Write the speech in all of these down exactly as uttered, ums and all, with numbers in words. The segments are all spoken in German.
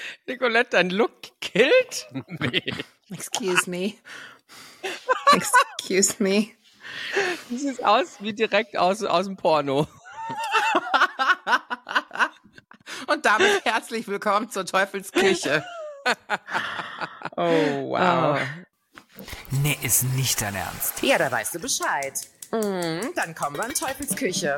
Nicolette, dein Look killt mich. Excuse me. Excuse me. Du siehst aus wie direkt aus, aus dem Porno. Und damit herzlich willkommen zur Teufelsküche. Oh, wow. Nee, ist nicht dein Ernst. Ja, da weißt du Bescheid. Mhm, dann kommen wir in Teufelsküche.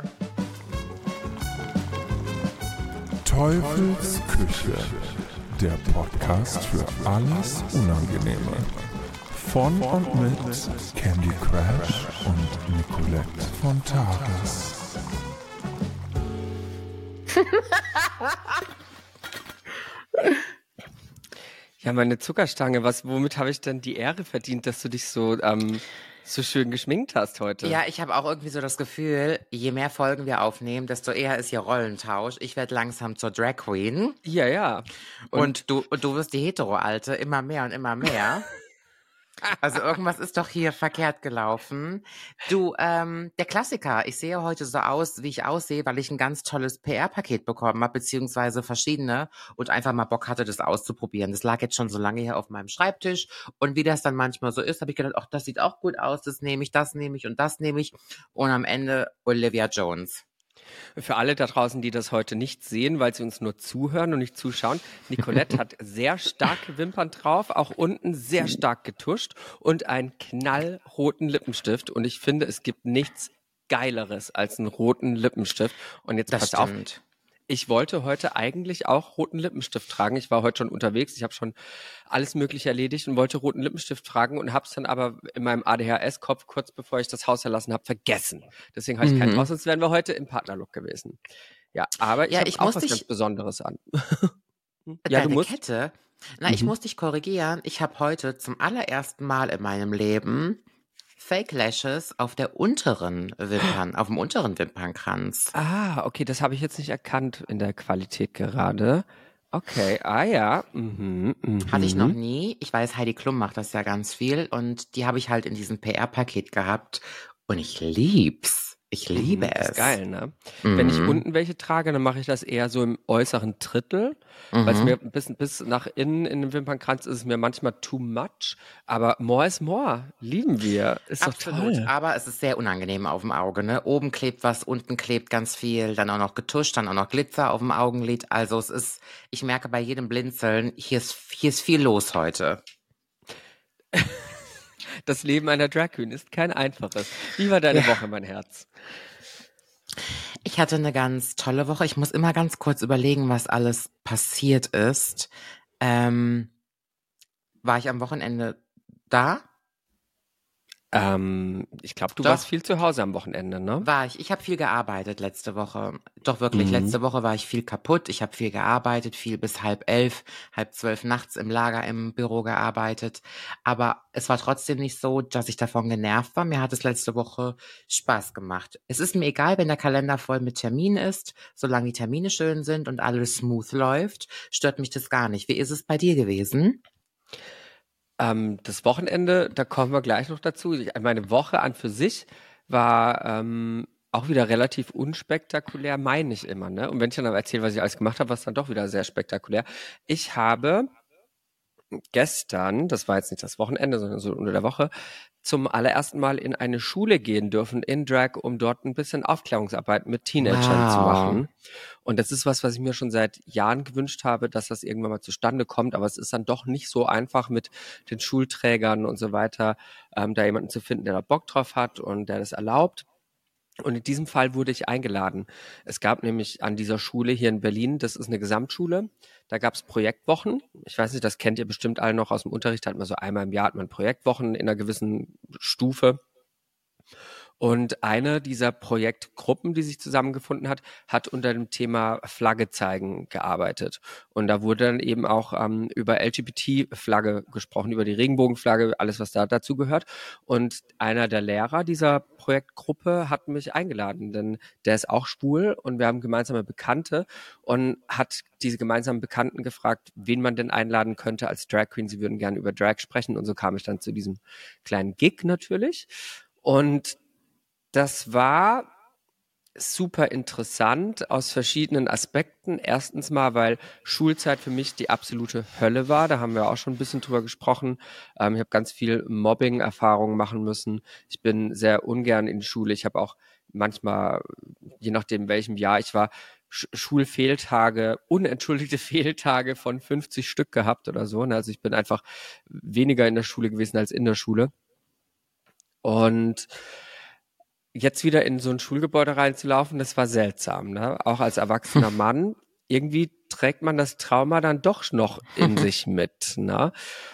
Teufelsküche, der Podcast für alles Unangenehme. Von und mit Candy Crash und Nicolette von Tages. Ja, meine Zuckerstange, was, womit habe ich denn die Ehre verdient, dass du dich so, ähm, so schön geschminkt hast heute? Ja, ich habe auch irgendwie so das Gefühl, je mehr Folgen wir aufnehmen, desto eher ist hier Rollentausch. Ich werde langsam zur Drag Queen. Ja, ja. Und, und du, du wirst die Hetero-Alte, immer mehr und immer mehr. Also irgendwas ist doch hier verkehrt gelaufen. Du, ähm, der Klassiker, ich sehe heute so aus, wie ich aussehe, weil ich ein ganz tolles P R-Paket bekommen habe, beziehungsweise verschiedene und einfach mal Bock hatte, das auszuprobieren. Das lag jetzt schon so lange hier auf meinem Schreibtisch und wie das dann manchmal so ist, habe ich gedacht, ach, das sieht auch gut aus, das nehme ich, das nehme ich und das nehme ich und am Ende Olivia Jones. Für alle da draußen, die das heute nicht sehen, weil sie uns nur zuhören und nicht zuschauen, Nicolette hat sehr starke Wimpern drauf, auch unten sehr stark getuscht und einen knallroten Lippenstift. Und ich finde, es gibt nichts Geileres als einen roten Lippenstift. Und jetzt Das pass auf, stimmt. ich wollte heute eigentlich auch roten Lippenstift tragen. Ich war heute schon unterwegs, ich habe schon alles Mögliche erledigt und wollte roten Lippenstift tragen und habe es dann aber in meinem A D H S-Kopf kurz bevor ich das Haus verlassen habe vergessen. Deswegen habe ich keinen Mhm. draus, sonst wären wir heute im Partnerlook gewesen. Ja, aber ich Ja, habe ich auch muss was dich- ganz Besonderes an. ja, Deine du musst. Kette? Na, ich Mhm. muss dich korrigieren. Ich habe heute zum allerersten Mal in meinem Leben Fake Lashes auf der unteren Wimpern, auf dem unteren Wimpernkranz. Ah, okay, das habe ich jetzt nicht erkannt in der Qualität gerade. Okay, ah ja. Mhm, mhm. Hatte ich noch nie. Ich weiß, Heidi Klum macht das ja ganz viel und die habe ich halt in diesem P R-Paket gehabt und ich lieb's. Ich liebe Mhm, es. ist geil, ne? Wenn ich Mhm. unten welche trage, dann mache ich das eher so im äußeren Drittel, weil es Mhm. mir ein bisschen bis nach innen in den Wimpernkranz ist es mir manchmal too much, aber more is more, lieben wir, ist doch Absolut, toll. aber es ist sehr unangenehm auf dem Auge, ne? Oben klebt was, unten klebt ganz viel, dann auch noch getuscht, dann auch noch Glitzer auf dem Augenlid. Also es ist, ich merke bei jedem Blinzeln, hier ist, hier ist viel los heute. Das Leben einer Drag Queen ist kein einfaches. Wie war deine Ja. Woche, mein Herz? Ich hatte eine ganz tolle Woche. Ich muss immer ganz kurz überlegen, was alles passiert ist. Ähm, war ich am Wochenende da? Ähm, ich glaube, du Doch. warst viel zu Hause am Wochenende, ne? War ich. Ich habe viel gearbeitet letzte Woche. Doch wirklich, Mhm. letzte Woche war ich viel kaputt. Ich habe viel gearbeitet, viel bis halb elf, halb zwölf nachts im Lager im Büro gearbeitet. Aber es war trotzdem nicht so, dass ich davon genervt war. Mir hat es letzte Woche Spaß gemacht. Es ist mir egal, wenn der Kalender voll mit Terminen ist. Solange die Termine schön sind und alles smooth läuft, stört mich das gar nicht. Wie ist es bei dir gewesen? Ähm, das Wochenende, da kommen wir gleich noch dazu. Ich, meine Woche an für sich war ähm, auch wieder relativ unspektakulär, meine ich immer, ne? Und wenn ich dann aber erzähle, was ich alles gemacht habe, war es dann doch wieder sehr spektakulär. Ich habe gestern, das war jetzt nicht das Wochenende, sondern so unter der Woche, zum allerersten Mal in eine Schule gehen dürfen in Drag, um dort ein bisschen Aufklärungsarbeit mit Teenagern Wow. zu machen. Und das ist was, was ich mir schon seit Jahren gewünscht habe, dass das irgendwann mal zustande kommt. Aber es ist dann doch nicht so einfach mit den Schulträgern und so weiter, ähm, da jemanden zu finden, der da Bock drauf hat und der das erlaubt. Und in diesem Fall wurde ich eingeladen. Es gab nämlich an dieser Schule hier in Berlin, das ist eine Gesamtschule, da gab es Projektwochen. Ich weiß nicht, das kennt ihr bestimmt alle noch aus dem Unterricht, da hat man so einmal im Jahr hat man Projektwochen in einer gewissen Stufe. Und eine dieser Projektgruppen, die sich zusammengefunden hat, hat unter dem Thema Flagge zeigen gearbeitet. Und da wurde dann eben auch ähm, über L G B T-Flagge gesprochen, über die Regenbogenflagge, alles, was da dazu gehört. Und einer der Lehrer dieser Projektgruppe hat mich eingeladen, denn der ist auch schwul und wir haben gemeinsame Bekannte und hat diese gemeinsamen Bekannten gefragt, wen man denn einladen könnte als Drag Queen. Sie würden gerne über Drag sprechen und so kam ich dann zu diesem kleinen Gig natürlich. Und das war super interessant aus verschiedenen Aspekten. Erstens mal, weil Schulzeit für mich die absolute Hölle war. Da haben wir auch schon ein bisschen drüber gesprochen. Ähm, ich habe ganz viel Mobbing-Erfahrungen machen müssen. Ich bin sehr ungern in die Schule. Ich habe auch manchmal, je nachdem in welchem Jahr ich war, Sch- Schulfehltage, unentschuldigte Fehltage von fünfzig Stück gehabt oder so. Also ich bin einfach weniger in der Schule gewesen als in der Schule. Und jetzt wieder in so ein Schulgebäude reinzulaufen, das war seltsam, ne? Auch als erwachsener Mann. Irgendwie trägt man das Trauma dann doch noch in sich mit, ne?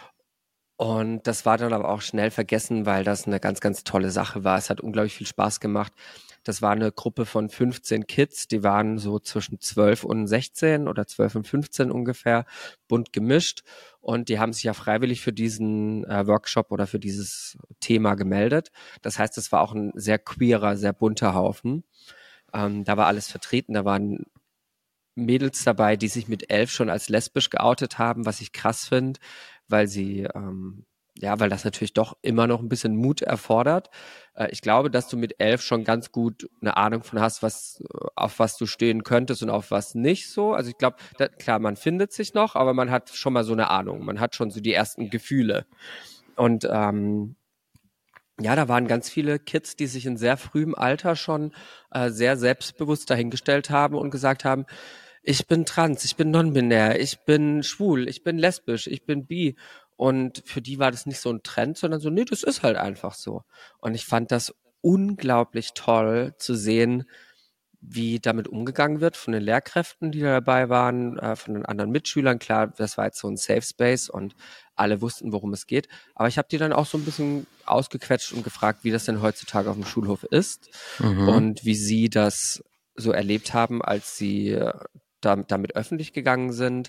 Und das war dann aber auch schnell vergessen, weil das eine ganz, ganz tolle Sache war. Es hat unglaublich viel Spaß gemacht. Das war eine Gruppe von fünfzehn Kids, die waren so zwischen zwölf und sechzehn oder zwölf und fünfzehn ungefähr, bunt gemischt. Und die haben sich ja freiwillig für diesen äh, Workshop oder für dieses Thema gemeldet. Das heißt, es war auch ein sehr queerer, sehr bunter Haufen. Ähm, da war alles vertreten, da waren Mädels dabei, die sich mit elf schon als lesbisch geoutet haben, was ich krass finde, weil sie, ähm, ja, weil das natürlich doch immer noch ein bisschen Mut erfordert. Äh, ich glaube, dass du mit elf schon ganz gut eine Ahnung von hast, was, auf was du stehen könntest und auf was nicht so. Also ich glaube, da, klar, man findet sich noch, aber man hat schon mal so eine Ahnung. Man hat schon so die ersten Gefühle. Und ähm, ja, da waren ganz viele Kids, die sich in sehr frühem Alter schon äh, sehr selbstbewusst dahingestellt haben und gesagt haben, ich bin trans, ich bin non-binär, ich bin schwul, ich bin lesbisch, ich bin bi. Und für die war das nicht so ein Trend, sondern so, nee, das ist halt einfach so. Und ich fand das unglaublich toll zu sehen, wie damit umgegangen wird von den Lehrkräften, die da dabei waren, äh, von den anderen Mitschülern. Klar, das war jetzt so ein Safe Space und alle wussten, worum es geht. Aber ich habe die dann auch so ein bisschen ausgequetscht und gefragt, wie das denn heutzutage auf dem Schulhof ist Mhm. und wie sie das so erlebt haben, als sie äh, da, damit öffentlich gegangen sind.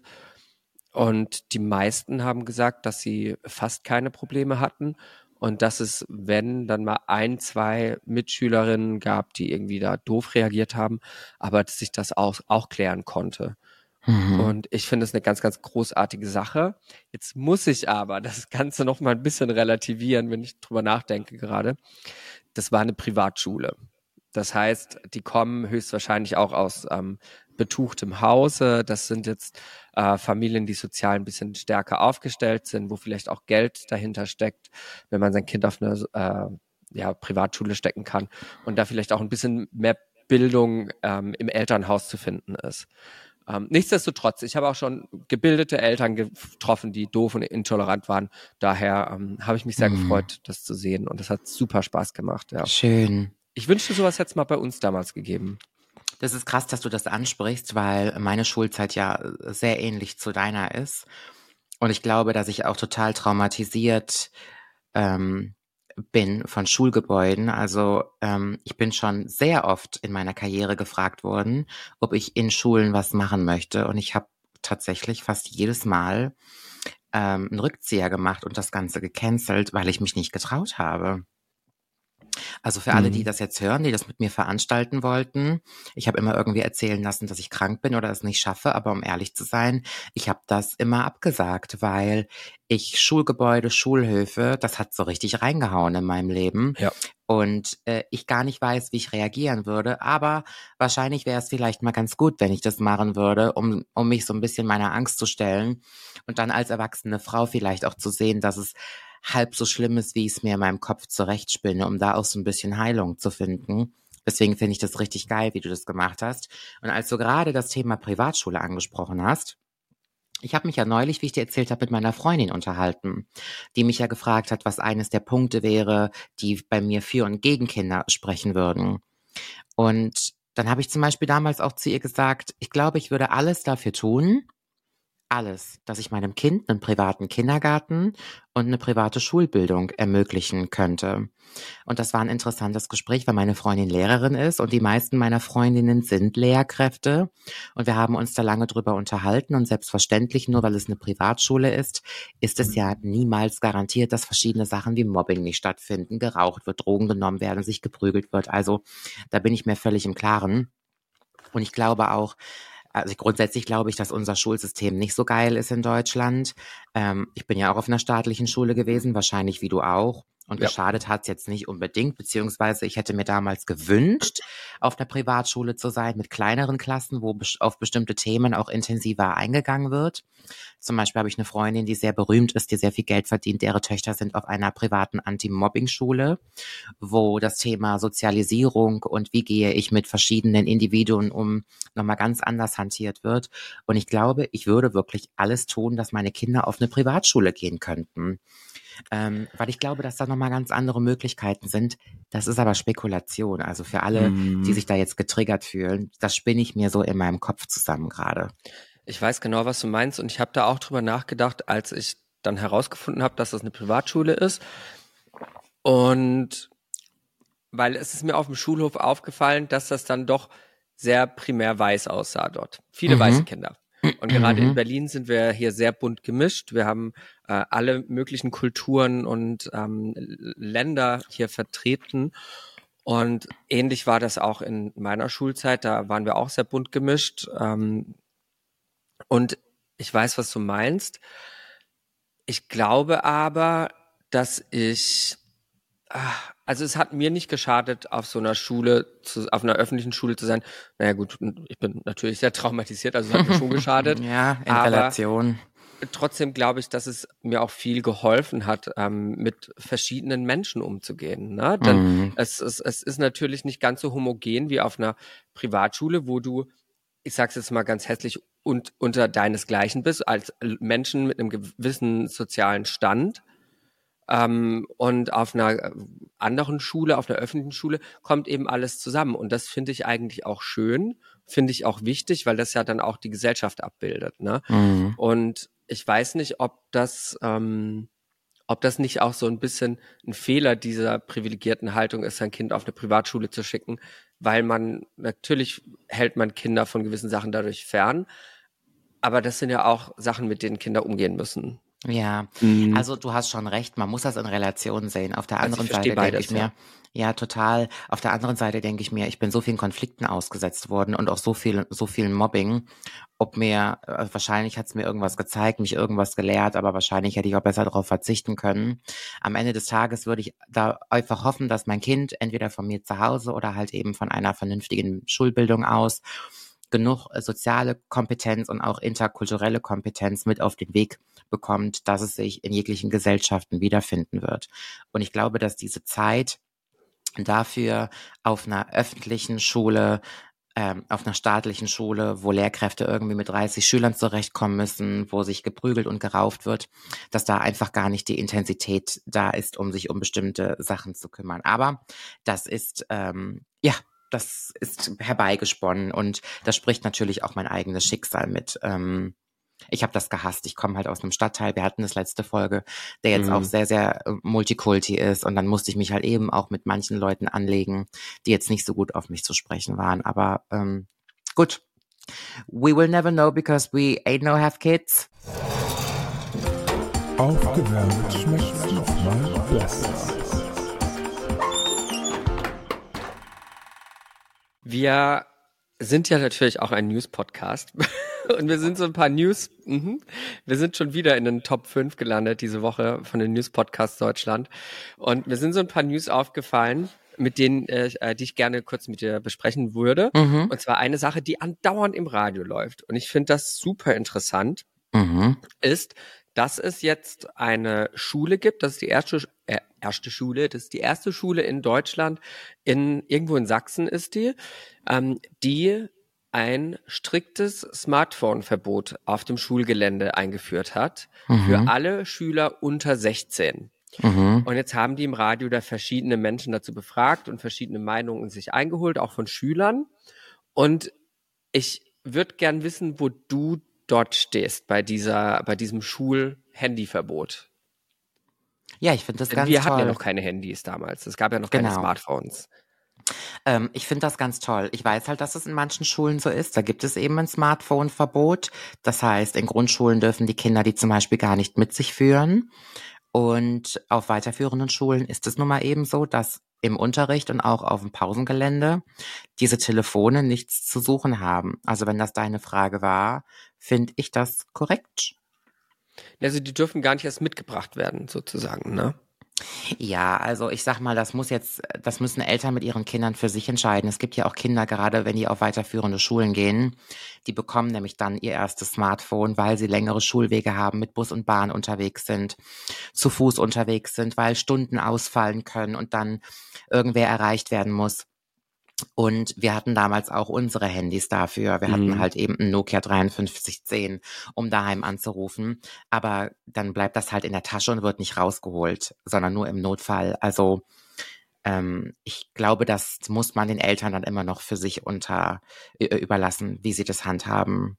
Und die meisten haben gesagt, dass sie fast keine Probleme hatten und dass es, wenn, dann mal ein, zwei Mitschülerinnen gab, die irgendwie da doof reagiert haben, aber dass sich das auch, auch klären konnte. Mhm. Und ich finde es eine ganz, ganz großartige Sache. Jetzt muss ich aber das Ganze noch mal ein bisschen relativieren, wenn ich drüber nachdenke gerade. Das war eine Privatschule. Das heißt, die kommen höchstwahrscheinlich auch aus ähm, betuchtem Hause. Das sind jetzt äh, Familien, die sozial ein bisschen stärker aufgestellt sind, wo vielleicht auch Geld dahinter steckt, wenn man sein Kind auf eine äh, ja, Privatschule stecken kann und da vielleicht auch ein bisschen mehr Bildung ähm, im Elternhaus zu finden ist. Ähm, nichtsdestotrotz, ich habe auch schon gebildete Eltern getroffen, die doof und intolerant waren. Daher ähm, habe ich mich sehr Mhm. gefreut, das zu sehen und das hat super Spaß gemacht. Ja. Schön. Ich wünschte, sowas hätte es mal bei uns damals gegeben. Das ist krass, dass du das ansprichst, weil meine Schulzeit ja sehr ähnlich zu deiner ist. Und ich glaube, dass ich auch total traumatisiert ähm, bin von Schulgebäuden. Also ähm, ich bin schon sehr oft in meiner Karriere gefragt worden, ob ich in Schulen was machen möchte. Und ich habe tatsächlich fast jedes Mal ähm, einen Rückzieher gemacht und das Ganze gecancelt, weil ich mich nicht getraut habe. Also für alle, die Mhm. das jetzt hören, die das mit mir veranstalten wollten, ich habe immer irgendwie erzählen lassen, dass ich krank bin oder es nicht schaffe, aber um ehrlich zu sein, ich habe das immer abgesagt, weil ich Schulgebäude, Schulhöfe, das hat so richtig reingehauen in meinem Leben. Ja. Und äh, ich gar nicht weiß, wie ich reagieren würde, aber wahrscheinlich wäre es vielleicht mal ganz gut, wenn ich das machen würde, um, um mich so ein bisschen meiner Angst zu stellen und dann als erwachsene Frau vielleicht auch zu sehen, dass es halb so schlimm ist, wie ich es mir in meinem Kopf zurechtspinne, um da auch so ein bisschen Heilung zu finden. Deswegen finde ich das richtig geil, wie du das gemacht hast. Und als du gerade das Thema Privatschule angesprochen hast, ich habe mich ja neulich, wie ich dir erzählt habe, mit meiner Freundin unterhalten, die mich ja gefragt hat, was eines der Punkte wäre, die bei mir für und gegen Kinder sprechen würden. Und dann habe ich zum Beispiel damals auch zu ihr gesagt, ich glaube, ich würde alles dafür tun, alles, dass ich meinem Kind einen privaten Kindergarten und eine private Schulbildung ermöglichen könnte. Und das war ein interessantes Gespräch, weil meine Freundin Lehrerin ist und die meisten meiner Freundinnen sind Lehrkräfte. Und wir haben uns da lange drüber unterhalten und selbstverständlich, nur weil es eine Privatschule ist, ist es ja niemals garantiert, dass verschiedene Sachen wie Mobbing nicht stattfinden, geraucht wird, Drogen genommen werden, sich geprügelt wird. Also da bin ich mir völlig im Klaren. Und ich glaube auch, also grundsätzlich glaube ich, dass unser Schulsystem nicht so geil ist in Deutschland. Ähm, ich bin ja auch auf einer staatlichen Schule gewesen, wahrscheinlich wie du auch. Und Ja. geschadet hat es jetzt nicht unbedingt, beziehungsweise ich hätte mir damals gewünscht, auf einer Privatschule zu sein mit kleineren Klassen, wo bes- auf bestimmte Themen auch intensiver eingegangen wird. Zum Beispiel habe ich eine Freundin, die sehr berühmt ist, die sehr viel Geld verdient. Ihre Töchter sind auf einer privaten Anti-Mobbing-Schule, wo das Thema Sozialisierung und wie gehe ich mit verschiedenen Individuen um nochmal ganz anders hantiert wird. Und ich glaube, ich würde wirklich alles tun, dass meine Kinder auf eine Privatschule gehen könnten. Ähm, weil ich glaube, dass da nochmal ganz andere Möglichkeiten sind. Das ist aber Spekulation. Also für alle, Mhm. die sich da jetzt getriggert fühlen, das spinne ich mir so in meinem Kopf zusammen gerade. Ich weiß genau, was du meinst und ich habe da auch drüber nachgedacht, als ich dann herausgefunden habe, dass das eine Privatschule ist. Und weil es ist mir auf dem Schulhof aufgefallen, dass das dann doch sehr primär weiß aussah dort. Viele Mhm. weiße Kinder. Und gerade Mhm. in Berlin sind wir hier sehr bunt gemischt. Wir haben äh, alle möglichen Kulturen und ähm, Länder hier vertreten. Und ähnlich war das auch in meiner Schulzeit. Da waren wir auch sehr bunt gemischt. Ähm, und ich weiß, was du meinst. Ich glaube aber, dass ich, ah, also es hat mir nicht geschadet, auf so einer Schule, zu, auf einer öffentlichen Schule zu sein. Naja gut, ich bin natürlich sehr traumatisiert, also es hat mir schon geschadet. Ja, in aber Relation. Trotzdem glaube ich, dass es mir auch viel geholfen hat, ähm, mit verschiedenen Menschen umzugehen. Ne? Denn Mhm. es, es, es ist natürlich nicht ganz so homogen wie auf einer Privatschule, wo du, ich sag's jetzt mal ganz hässlich, und unter deinesgleichen bist, als Menschen mit einem gewissen sozialen Stand. Ähm, und auf einer anderen Schule, auf einer öffentlichen Schule, kommt eben alles zusammen. Und das finde ich eigentlich auch schön, finde ich auch wichtig, weil das ja dann auch die Gesellschaft abbildet. Ne? Mhm. Und ich weiß nicht, ob das, ähm, ob das nicht auch so ein bisschen ein Fehler dieser privilegierten Haltung ist, sein Kind auf eine Privatschule zu schicken, weil man, natürlich hält man Kinder von gewissen Sachen dadurch fern, aber das sind ja auch Sachen, mit denen Kinder umgehen müssen. Ja, Mhm. also du hast schon recht, man muss das in Relation sehen. Auf der Also ich anderen verstehe Seite denke beides, ich mir, ja. total. Auf der anderen Seite denke ich mir, ich bin so vielen Konflikten ausgesetzt worden und auch so viel, so vielen Mobbing. Ob mir, äh, wahrscheinlich hat es mir irgendwas gezeigt, mich irgendwas gelehrt, aber wahrscheinlich hätte ich auch besser darauf verzichten können. Am Ende des Tages würde ich da einfach hoffen, dass mein Kind entweder von mir zu Hause oder halt eben von einer vernünftigen Schulbildung aus genug äh, soziale Kompetenz und auch interkulturelle Kompetenz mit auf den Weg bekommt, dass es sich in jeglichen Gesellschaften wiederfinden wird. Und ich glaube, dass diese Zeit dafür auf einer öffentlichen Schule, ähm, auf einer staatlichen Schule, wo Lehrkräfte irgendwie mit dreißig Schülern zurechtkommen müssen, wo sich geprügelt und gerauft wird, dass da einfach gar nicht die Intensität da ist, um sich um bestimmte Sachen zu kümmern. Aber das ist, ähm, ja, das ist herbeigesponnen und das spricht natürlich auch mein eigenes Schicksal mit. Ähm, ich habe das gehasst. Ich komme halt aus einem Stadtteil, wir hatten das letzte Folge, der jetzt Mhm. auch sehr, sehr äh, Multikulti ist und dann musste ich mich halt eben auch mit manchen Leuten anlegen, die jetzt nicht so gut auf mich zu sprechen waren. Aber ähm, gut, we will never know because we ain't no have kids. Aufgewärmt schmeckt's nochmal besser. Wir sind ja natürlich auch ein News-Podcast und wir sind so ein paar News, mhm. wir sind schon wieder in den Top fünf gelandet diese Woche von den News-Podcasts Deutschland und mir sind so ein paar News aufgefallen, mit denen äh, die ich gerne kurz mit dir besprechen würde. Mhm. Und zwar eine Sache, die andauernd im Radio läuft und ich finde das super interessant, Mhm. ist, dass es jetzt eine Schule gibt, das ist die erste, äh, erste Schule, das ist die erste Schule in Deutschland, in irgendwo in Sachsen ist die, ähm, die ein striktes Smartphone-Verbot auf dem Schulgelände eingeführt hat für Mhm. alle Schüler unter sechzehn. Mhm. Und jetzt haben die im Radio da verschiedene Menschen dazu befragt und verschiedene Meinungen sich eingeholt, auch von Schülern. Und ich würde gern wissen, wo du dort stehst bei dieser, bei diesem Schul-Handyverbot. Ja, ich finde das Denn ganz wir hatten ja toll. noch keine Handys damals. Es gab ja noch keine Genau. Smartphones. Ähm, ich finde das ganz toll. Ich weiß halt, dass es in manchen Schulen so ist. Da gibt es eben ein Smartphone-Verbot. Das heißt, in Grundschulen dürfen die Kinder die zum Beispiel gar nicht mit sich führen. Und auf weiterführenden Schulen ist es nun mal eben so, dass im Unterricht und auch auf dem Pausengelände diese Telefone nichts zu suchen haben. Also wenn das deine Frage war, finde ich das korrekt. Also die dürfen gar nicht erst mitgebracht werden, sozusagen, ne? Ja, also ich sag mal, das muss jetzt, das müssen Eltern mit ihren Kindern für sich entscheiden. Es gibt ja auch Kinder, gerade wenn die auf weiterführende Schulen gehen, die bekommen nämlich dann ihr erstes Smartphone, weil sie längere Schulwege haben, mit Bus und Bahn unterwegs sind, zu Fuß unterwegs sind, weil Stunden ausfallen können und dann irgendwer erreicht werden muss. Und wir hatten damals auch unsere Handys dafür. Wir hatten Mhm. halt eben ein Nokia dreiundfünfzig zehn, um daheim anzurufen. Aber dann bleibt das halt in der Tasche und wird nicht rausgeholt, sondern nur im Notfall. Also ähm, ich glaube, das muss man den Eltern dann immer noch für sich unter äh, überlassen, wie sie das handhaben.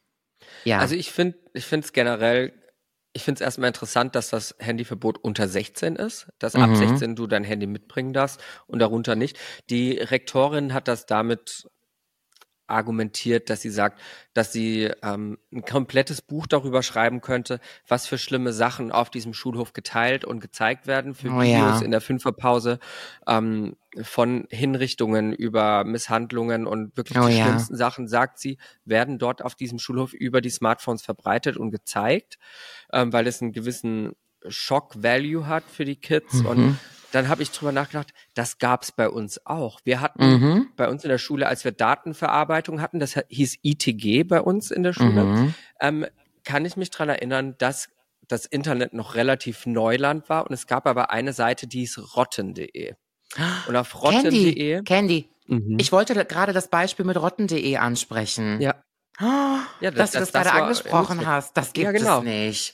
Ja. Also ich finde, ich finde es generell, ich finde es erstmal interessant, dass das Handyverbot unter sechzehn ist, dass ab Mhm. sechzehn du dein Handy mitbringen darfst und darunter nicht. Die Rektorin hat das damit argumentiert, dass sie sagt, dass sie ähm, ein komplettes Buch darüber schreiben könnte, was für schlimme Sachen auf diesem Schulhof geteilt und gezeigt werden, für Oh Videos ja. in der Fünferpause, ähm, von Hinrichtungen über Misshandlungen und wirklich Oh die ja. schlimmsten Sachen, sagt sie, werden dort auf diesem Schulhof über die Smartphones verbreitet und gezeigt, ähm, weil es einen gewissen Shock-Value hat für die Kids. Und Mhm. dann habe ich drüber nachgedacht, das gab's bei uns auch. Wir hatten Mhm. bei uns in der Schule, als wir Datenverarbeitung hatten, das hieß I T G bei uns in der Schule, Mhm. ähm, kann ich mich dran erinnern, dass das Internet noch relativ Neuland war und es gab aber eine Seite, die hieß rotten punkt de. Und auf rotten punkt Candy, de, Candy, mhm. ich wollte da gerade das Beispiel mit rotten punkt de ansprechen. ja, Oh, ja, dass das, du das, das das gerade war angesprochen lustig. hast, das Ja, gibt es genau. nicht.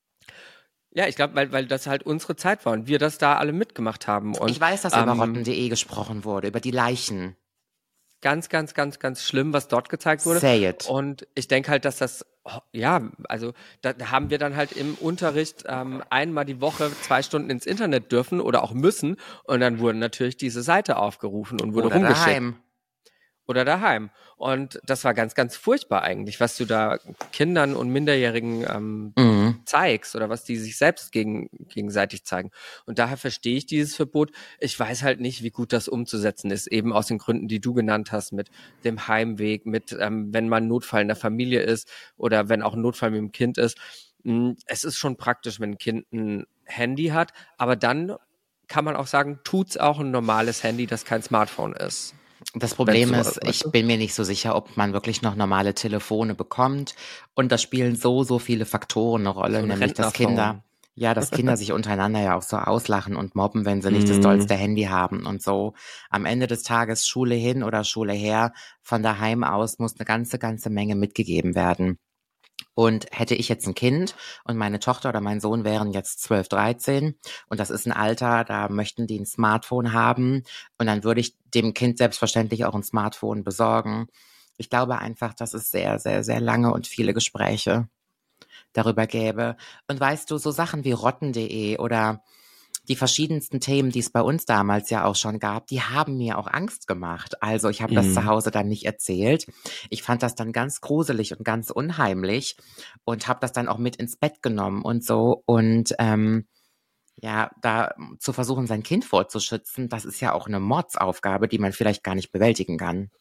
Ja, ich glaube, weil, weil das halt unsere Zeit war und wir das da alle mitgemacht haben. Und Ich weiß, dass über rotten ähm, punkt de gesprochen wurde, über die Leichen. ganz, ganz, ganz, ganz schlimm, was dort gezeigt wurde. Say it. Und ich denke halt, dass das, oh, ja, also da haben wir dann halt im Unterricht ähm, einmal die Woche zwei Stunden ins Internet dürfen oder auch müssen. Und dann wurde natürlich diese Seite aufgerufen und wurde Oder rumgeschickt. daheim. Oder daheim. Und das war ganz, ganz furchtbar eigentlich, was du da Kindern und Minderjährigen ähm, Mhm. zeigst oder was die sich selbst gegen, gegenseitig zeigen. Und daher verstehe ich dieses Verbot. Ich weiß halt nicht, wie gut das umzusetzen ist, eben aus den Gründen, die du genannt hast, mit dem Heimweg, mit ähm, wenn mal ein Notfall in der Familie ist oder wenn auch ein Notfall mit dem Kind ist. Mm, Es ist schon praktisch, wenn ein Kind ein Handy hat, aber dann kann man auch sagen, tut's auch ein normales Handy, das kein Smartphone ist. Das Problem Wenn's so ist, ist, weißt ich du? bin mir nicht so sicher, ob man wirklich noch normale Telefone bekommt. Und da spielen so, so viele Faktoren eine Rolle, So ein nämlich dass Rentnerphone. Kinder, ja, dass Kinder sich untereinander ja auch so auslachen und mobben, wenn sie nicht das dollste Handy haben und so. Am Ende des Tages Schule hin oder Schule her, von daheim aus muss eine ganze, ganze Menge mitgegeben werden. Und hätte ich jetzt ein Kind und meine Tochter oder mein Sohn wären jetzt zwölf, dreizehn und das ist ein Alter, da möchten die ein Smartphone haben und dann würde ich dem Kind selbstverständlich auch ein Smartphone besorgen. Ich glaube einfach, dass es sehr, sehr, sehr lange und viele Gespräche darüber gäbe. Und weißt du, so Sachen wie rotten punkt de oder die verschiedensten Themen, die es bei uns damals ja auch schon gab, die haben mir auch Angst gemacht. Also ich habe das zu Mhm. Hause dann nicht erzählt. Ich fand das dann ganz gruselig und ganz unheimlich und habe das dann auch mit ins Bett genommen und so. Und ähm, ja, da zu versuchen, sein Kind vorzuschützen, das ist ja auch eine Mordsaufgabe, die man vielleicht gar nicht bewältigen kann.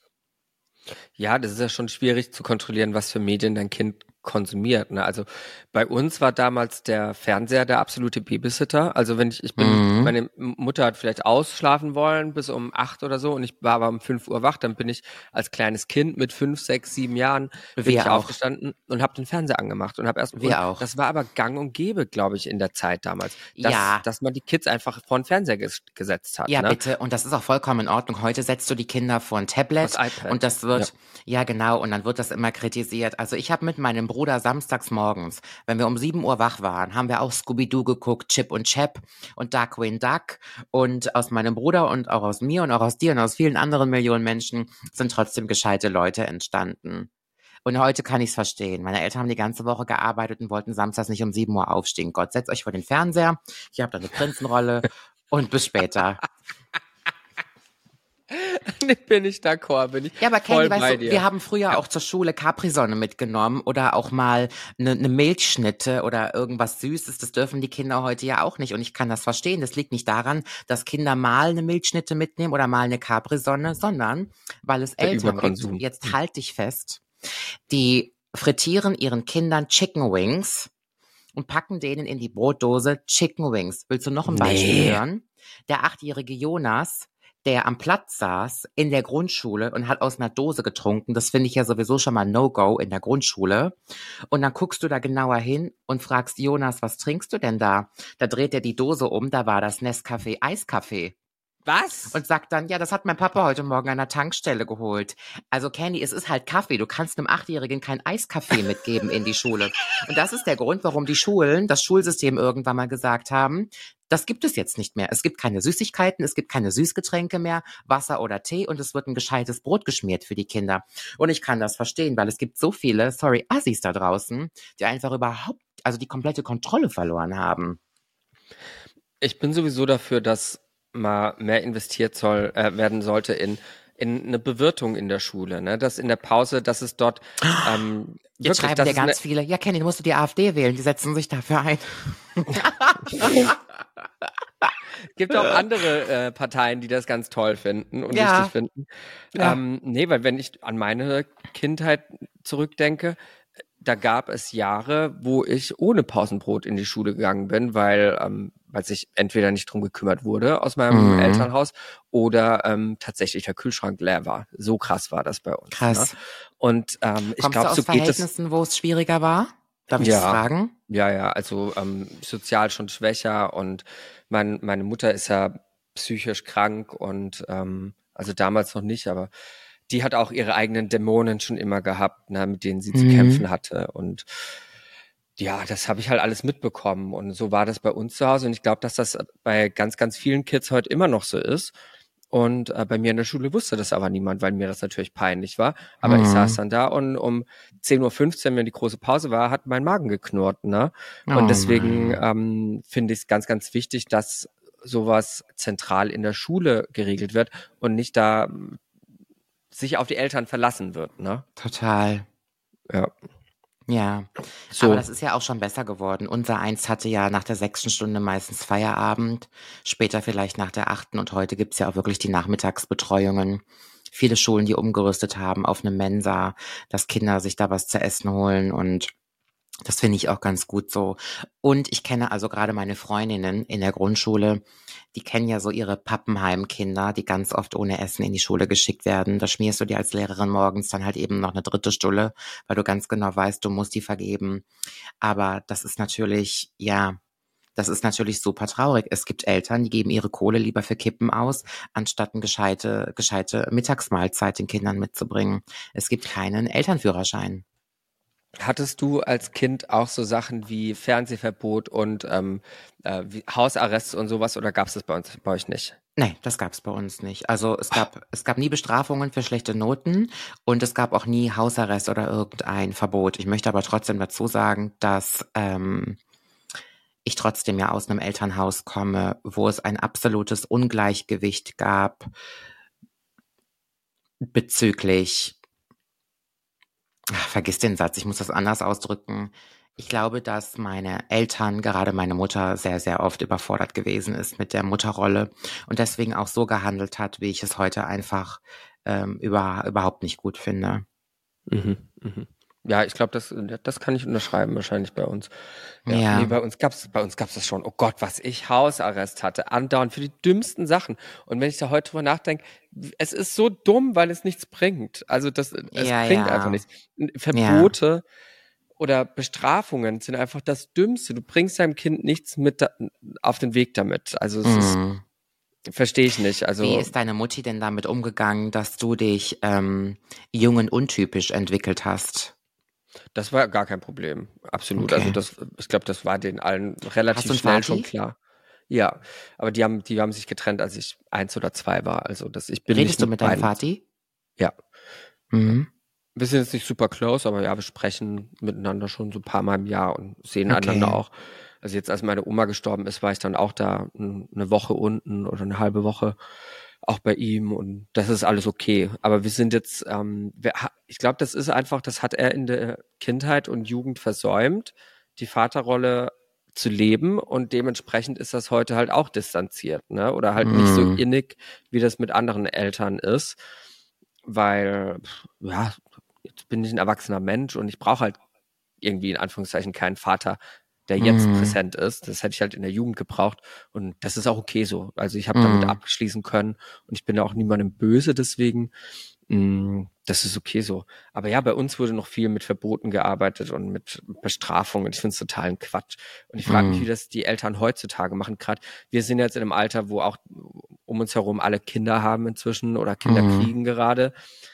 Ja, das ist ja schon schwierig zu kontrollieren, was für Medien dein Kind konsumiert. Ne? Also bei uns war damals der Fernseher der absolute Babysitter. Also wenn ich, ich bin, Mhm. meine Mutter hat vielleicht ausschlafen wollen bis um acht oder so und ich war aber um fünf Uhr wach, dann bin ich als kleines Kind mit fünf, sechs, sieben Jahren bin Wir ich auch. aufgestanden und habe den Fernseher angemacht und habe erst, Wir und auch. das war aber gang und gäbe, glaube ich, in der Zeit damals, dass, Ja. dass man die Kids einfach vor den Fernseher ges gesetzt hat. Ja, ne? bitte. Und das ist auch vollkommen in Ordnung. Heute setzt du die Kinder vor ein Tablet Das iPad. und das wird, ja. genau, und dann wird das immer kritisiert. Also ich habe mit meinem Bruder samstags morgens, wenn wir um sieben Uhr wach waren, haben wir auch Scooby-Doo geguckt, Chip und Chap und Darkwing Duck. Und aus meinem Bruder und auch aus mir und auch aus dir und aus vielen anderen Millionen Menschen sind trotzdem gescheite Leute entstanden. Und heute kann ich es verstehen. Meine Eltern haben die ganze Woche gearbeitet und wollten samstags nicht um sieben Uhr aufstehen. Gott, setzt euch vor den Fernseher. Ich habe da eine Prinzenrolle und bis später. Bin ich d'accord, bin ich Ja, aber voll Candy, bei weißt du, dir. wir haben früher auch zur Schule Capri-Sonne mitgenommen oder auch mal eine ne Milchschnitte oder irgendwas Süßes. Das dürfen die Kinder heute ja auch nicht. Und ich kann das verstehen. Das liegt nicht daran, dass Kinder mal eine Milchschnitte mitnehmen oder mal eine Capri-Sonne, sondern weil es Der Eltern gibt. Überkonsum. Jetzt halt dich fest. Die frittieren ihren Kindern Chicken Wings und packen denen in die Brotdose Chicken Wings. Willst du noch ein Beispiel Nee. hören? Der achtjährige Jonas, der am Platz saß in der Grundschule und hat aus einer Dose getrunken. Das finde ich ja sowieso schon mal No-Go in der Grundschule. Und dann guckst du da genauer hin und fragst Jonas, was trinkst du denn da? Da dreht er die Dose um, da war das Nescafé Eiskaffee. Was? Und sagt dann, ja, das hat mein Papa heute Morgen an der Tankstelle geholt. Also Candy, es ist halt Kaffee. Du kannst einem Achtjährigen kein Eiskaffee mitgeben in die Schule. Und das ist der Grund, warum die Schulen, das Schulsystem irgendwann mal gesagt haben, das gibt es jetzt nicht mehr. Es gibt keine Süßigkeiten, es gibt keine Süßgetränke mehr, Wasser oder Tee und es wird ein gescheites Brot geschmiert für die Kinder. Und ich kann das verstehen, weil es gibt so viele, sorry, Assis da draußen, die einfach überhaupt, also die komplette Kontrolle verloren haben. Ich bin sowieso dafür, dass mal mehr investiert soll, äh, werden sollte in, in eine Bewirtung in der Schule, ne? Dass in der Pause, dass es dort ähm, Jetzt wirklich, schreiben dass dir es ganz eine, viele, ja Kenny, du musst du die AfD wählen, die setzen sich dafür ein. gibt auch andere äh, Parteien, die das ganz toll finden und Ja. wichtig finden. Ja. Ähm, nee, weil wenn ich an meine Kindheit zurückdenke, da gab es Jahre, wo ich ohne Pausenbrot in die Schule gegangen bin, weil ähm, weil sich entweder nicht drum gekümmert wurde aus meinem Mhm. Elternhaus oder ähm, tatsächlich der Kühlschrank leer war. So krass war das bei uns. Krass. Ne? Und ähm, ich Kommst du glaube, aus so geht es. Verhältnissen, wo es schwieriger war? Darf ich das Ja. fragen? Ja, ja, also ähm, sozial schon schwächer und mein, meine Mutter ist ja psychisch krank und ähm, also damals noch nicht, aber die hat auch ihre eigenen Dämonen schon immer gehabt, ne, mit denen sie zu Mhm. kämpfen hatte und ja, das habe ich halt alles mitbekommen und so war das bei uns zu Hause und ich glaube, dass das bei ganz, ganz vielen Kids heute immer noch so ist. Und äh, bei mir in der Schule wusste das aber niemand, weil mir das natürlich peinlich war. Aber ich Mhm. saß dann da und um zehn Uhr fünfzehn, wenn die große Pause war, hat mein Magen geknurrt, ne? Und Oh deswegen Mann. ähm, finde ich es ganz, ganz wichtig, dass sowas zentral in der Schule geregelt wird und nicht da ähm, sich auf die Eltern verlassen wird, ne? Total. Ja. Ja, So. aber das ist ja auch schon besser geworden. Unser Eins hatte ja nach der sechsten Stunde meistens Feierabend, später vielleicht nach der achten und heute gibt's ja auch wirklich die Nachmittagsbetreuungen. Viele Schulen, die umgerüstet haben auf eine Mensa, dass Kinder sich da was zu essen holen und das finde ich auch ganz gut so. Und ich kenne also gerade meine Freundinnen in der Grundschule, die kennen ja so ihre Pappenheim-Kinder, die ganz oft ohne Essen in die Schule geschickt werden. Da schmierst du dir als Lehrerin morgens dann halt eben noch eine dritte Stulle, weil du ganz genau weißt, du musst die vergeben. Aber das ist natürlich, ja, das ist natürlich super traurig. Es gibt Eltern, die geben ihre Kohle lieber für Kippen aus, anstatt eine gescheite, gescheite Mittagsmahlzeit den Kindern mitzubringen. Es gibt keinen Elternführerschein. Hattest du als Kind auch so Sachen wie Fernsehverbot und ähm, äh, wie Hausarrest und sowas oder gab es das bei uns bei euch nicht? Nee, das gab's bei uns nicht. Also es gab es gab nie Bestrafungen für schlechte Noten und es gab auch nie Hausarrest oder irgendein Verbot. Ich möchte aber trotzdem dazu sagen, dass ähm, ich trotzdem ja aus einem Elternhaus komme, wo es ein absolutes Ungleichgewicht gab bezüglich, ach, vergiss den Satz, ich muss das anders ausdrücken. Ich glaube, dass meine Eltern, gerade meine Mutter, sehr, sehr oft überfordert gewesen ist mit der Mutterrolle und deswegen auch so gehandelt hat, wie ich es heute einfach ähm, über, überhaupt nicht gut finde. Mhm, mhm. Ja, ich glaube, das, das kann ich unterschreiben, wahrscheinlich bei uns. Ja, Ja. nee, bei uns gab's, bei uns gab's das schon. Oh Gott, was ich Hausarrest hatte, andauernd für die dümmsten Sachen. Und wenn ich da heute drüber nachdenke, es ist so dumm, weil es nichts bringt. Also das, es Ja, bringt ja. einfach nichts. Verbote oder Bestrafungen sind einfach das Dümmste. Du bringst deinem Kind nichts mit da, auf den Weg damit. Also es ist, Mm. verstehe ich nicht. Also Wie ist deine Mutti denn damit umgegangen, dass du dich ähm, jung und untypisch entwickelt hast? das war gar kein Problem. Absolut. Okay. Also das, ich glaube, das war denen allen Hast relativ du einen schnell Vati? schon klar. Ja, aber die haben, die haben sich getrennt, als ich eins oder zwei war. Also das, ich bin Redest nicht du mit deinem beiden. Vati? Ja. Mhm. Wir sind jetzt nicht super close, aber ja, wir sprechen miteinander schon so ein paar Mal im Jahr und sehen Okay. einander auch. Also jetzt, als meine Oma gestorben ist, war ich dann auch da n- eine Woche unten oder eine halbe Woche auch bei ihm und das ist alles okay. Aber wir sind jetzt, ähm, wir, ha- ich glaube, das ist einfach, das hat er in der Kindheit und Jugend versäumt, die Vaterrolle zu leben und dementsprechend ist das heute halt auch distanziert, ne? Oder halt nicht so Mm. innig, wie das mit anderen Eltern ist, weil, pff, ja, jetzt bin ich ein erwachsener Mensch und ich brauche halt irgendwie in Anführungszeichen keinen Vater der jetzt Mhm. präsent ist. Das hätte ich halt in der Jugend gebraucht und das ist auch okay so. Also ich habe damit Mhm. abschließen können und ich bin da auch niemandem böse deswegen. Mm, Das ist okay so. Aber ja, bei uns wurde noch viel mit Verboten gearbeitet und mit Bestrafungen. Ich finde es total ein Quatsch. Und ich frage mich, wie Mhm. das die Eltern heutzutage machen. Gerade wir sind jetzt in einem Alter, wo auch um uns herum alle Kinder haben inzwischen oder Kinder Mhm. kriegen gerade.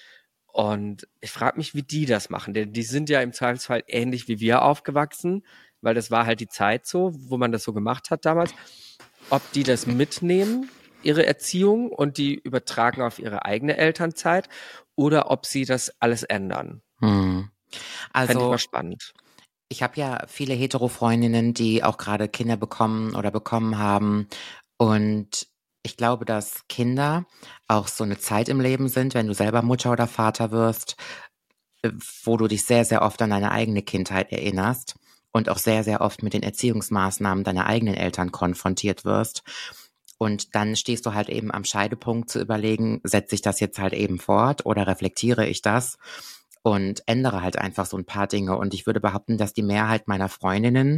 Und ich frage mich, wie die das machen. Denn die sind ja im Zweifelsfall ähnlich wie wir aufgewachsen, weil das war halt die Zeit so, wo man das so gemacht hat damals. Ob die das mitnehmen, ihre Erziehung, und die übertragen auf ihre eigene Elternzeit, oder ob sie das alles ändern. Mhm. Fände ich mal Also spannend. ich habe ja viele Hetero-Freundinnen, die auch gerade Kinder bekommen oder bekommen haben. Und ich glaube, dass Kinder auch so eine Zeit im Leben sind, wenn du selber Mutter oder Vater wirst, äh, wo du dich sehr, sehr oft an deine eigene Kindheit erinnerst und auch sehr, sehr oft mit den Erziehungsmaßnahmen deiner eigenen Eltern konfrontiert wirst. Und dann stehst du halt eben am Scheidepunkt zu überlegen, setze ich das jetzt halt eben fort oder reflektiere ich das und ändere halt einfach so ein paar Dinge. Und ich würde behaupten, dass die Mehrheit meiner Freundinnen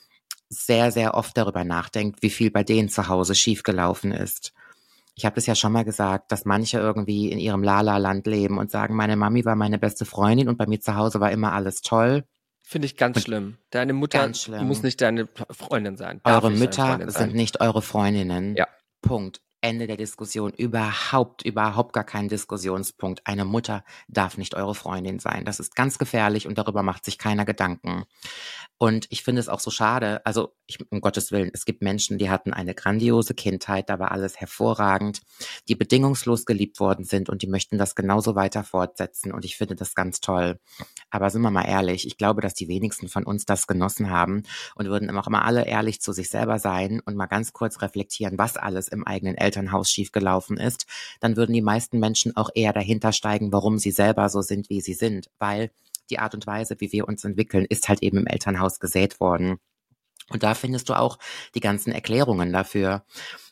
sehr, sehr oft darüber nachdenkt, wie viel bei denen zu Hause schiefgelaufen ist. Ich habe das ja schon mal gesagt, dass manche irgendwie in ihrem Lala-Land leben und sagen, meine Mami war meine beste Freundin und bei mir zu Hause war immer alles toll. Finde ich ganz Und schlimm. Deine Mutter ganz schlimm. muss nicht deine Freundin sein. Darf Eure nicht deine Mütter Freundin sind sein. nicht eure Freundinnen. Ja. Punkt. Ende der Diskussion. Überhaupt, überhaupt gar kein Diskussionspunkt. Eine Mutter darf nicht eure Freundin sein. Das ist ganz gefährlich und darüber macht sich keiner Gedanken. Und ich finde es auch so schade, also ich, um Gottes Willen, es gibt Menschen, die hatten eine grandiose Kindheit, da war alles hervorragend, die bedingungslos geliebt worden sind und die möchten das genauso weiter fortsetzen und ich finde das ganz toll. Aber sind wir mal ehrlich, ich glaube, dass die wenigsten von uns das genossen haben und würden auch immer alle ehrlich zu sich selber sein und mal ganz kurz reflektieren, was alles im eigenen Elternhaus schiefgelaufen ist, dann würden die meisten Menschen auch eher dahinter steigen, warum sie selber so sind, wie sie sind, weil die Art und Weise, wie wir uns entwickeln, ist halt eben im Elternhaus gesät worden. Und da findest du auch die ganzen Erklärungen dafür.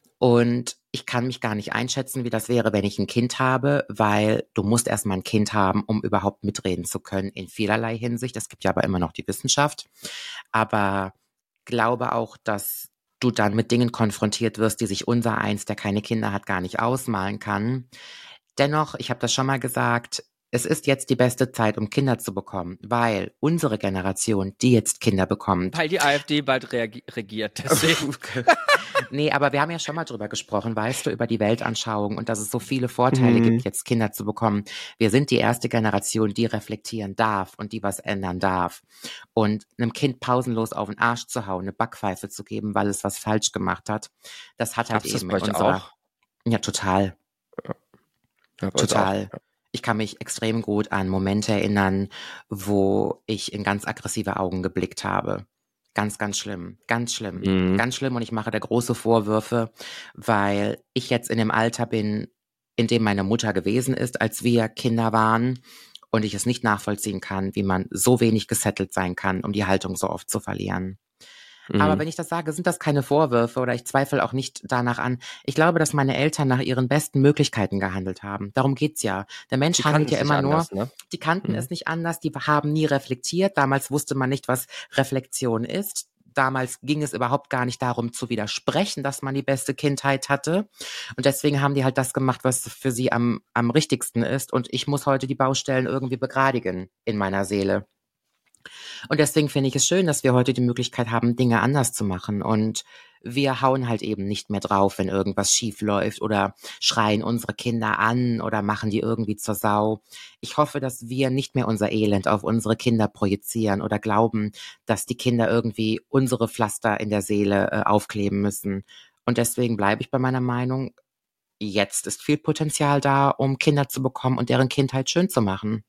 Und ich kann mich gar nicht einschätzen, wie das wäre, wenn ich ein Kind habe, weil du musst erstmal ein Kind haben, um überhaupt mitreden zu können in vielerlei Hinsicht. Es gibt ja aber immer noch die Wissenschaft. Aber glaube auch, dass du dann mit Dingen konfrontiert wirst, die sich unser eins, der keine Kinder hat, gar nicht ausmalen kann. Dennoch, ich habe das schon mal gesagt, es ist jetzt die beste Zeit, um Kinder zu bekommen, weil unsere Generation, die jetzt Kinder bekommt, Weil die AfD bald reagi- regiert. Deswegen. nee, aber wir haben ja schon mal drüber gesprochen, weißt du, über die Weltanschauung und dass es so viele Vorteile gibt, jetzt Kinder zu bekommen. Wir sind die erste Generation, die reflektieren darf und die was ändern darf. Und einem Kind pausenlos auf den Arsch zu hauen, eine Backpfeife zu geben, weil es was falsch gemacht hat, das hat halt Gab's das eben bei in euch unserer... auch? Ja, total. Ja, bei uns Total. auch. Ich kann mich extrem gut an Momente erinnern, wo ich in ganz aggressive Augen geblickt habe. Ganz, ganz schlimm. Ganz schlimm. Mhm. Ganz schlimm und ich mache da große Vorwürfe, weil ich jetzt in dem Alter bin, in dem meine Mutter gewesen ist, als wir Kinder waren und ich es nicht nachvollziehen kann, wie man so wenig gesettelt sein kann, um die Haltung so oft zu verlieren. Aber Mhm. wenn ich das sage, sind das keine Vorwürfe oder ich zweifle auch nicht danach an. Ich glaube, dass meine Eltern nach ihren besten Möglichkeiten gehandelt haben. Darum geht's ja. Der Mensch Die handelt kannten ja es immer nicht nur, anders, ne? die kannten Mhm. es nicht anders, die haben nie reflektiert. Damals wusste man nicht, was Reflexion ist. Damals ging es überhaupt gar nicht darum zu widersprechen, dass man die beste Kindheit hatte. Und deswegen haben die halt das gemacht, was für sie am, am richtigsten ist. Und ich muss heute die Baustellen irgendwie begradigen in meiner Seele. Und deswegen finde ich es schön, dass wir heute die Möglichkeit haben, Dinge anders zu machen. Und wir hauen halt eben nicht mehr drauf, wenn irgendwas schief läuft oder schreien unsere Kinder an oder machen die irgendwie zur Sau. Ich hoffe, dass wir nicht mehr unser Elend auf unsere Kinder projizieren oder glauben, dass die Kinder irgendwie unsere Pflaster in der Seele äh, aufkleben müssen. Und deswegen bleibe ich bei meiner Meinung, jetzt ist viel Potenzial da, um Kinder zu bekommen und deren Kindheit schön zu machen.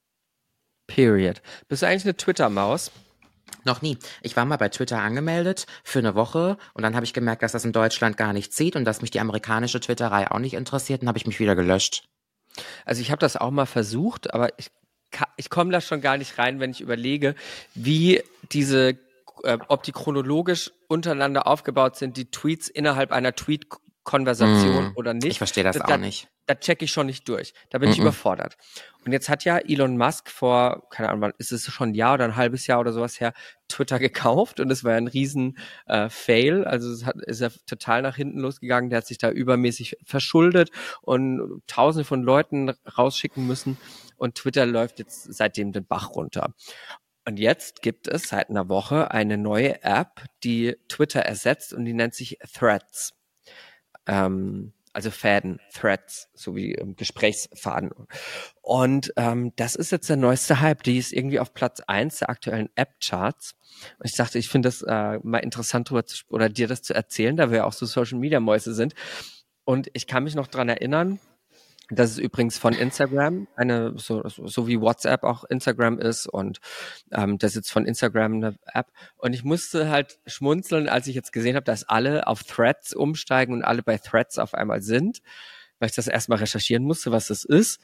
Period. Bist du eigentlich eine Twitter-Maus? Noch nie. Ich war mal bei Twitter angemeldet für eine Woche und dann habe ich gemerkt, dass das in Deutschland gar nicht zieht und dass mich die amerikanische Twitterei auch nicht interessiert und habe ich mich wieder gelöscht. Also ich habe das auch mal versucht, aber ich, ka- ich komme da schon gar nicht rein, wenn ich überlege, wie diese, äh, ob die chronologisch untereinander aufgebaut sind, die Tweets innerhalb einer Tweet-Konversation Mm, oder nicht. Ich verstehe das Da- auch nicht. da checke ich schon nicht durch. Da bin Mhm. ich überfordert. Und jetzt hat ja Elon Musk vor, keine Ahnung, wann ist es schon ein Jahr oder ein halbes Jahr oder sowas her, Twitter gekauft und es war ja ein riesen äh, Fail. Also es hat, ist ja total nach hinten losgegangen. Der hat sich da übermäßig verschuldet und tausende von Leuten rausschicken müssen. Und Twitter läuft jetzt seitdem den Bach runter. Und jetzt gibt es seit einer Woche eine neue App, die Twitter ersetzt und die nennt sich Threads. Ähm, also Fäden, Threads, so wie ähm, Gesprächsfaden. Und ähm, das ist jetzt der neueste Hype. Die ist irgendwie auf Platz eins der aktuellen App-Charts. Und ich dachte, ich finde das äh, mal interessant, drüber zu, oder dir das zu erzählen, da wir ja auch so Social-Media-Mäuse sind. Und ich kann mich noch dran erinnern, das ist übrigens von Instagram, eine so, so, so wie WhatsApp auch Instagram ist und ähm, das ist jetzt von Instagram eine App und ich musste halt schmunzeln, als ich jetzt gesehen habe, dass alle auf Threads umsteigen und alle bei Threads auf einmal sind, weil ich das erstmal recherchieren musste, was das ist.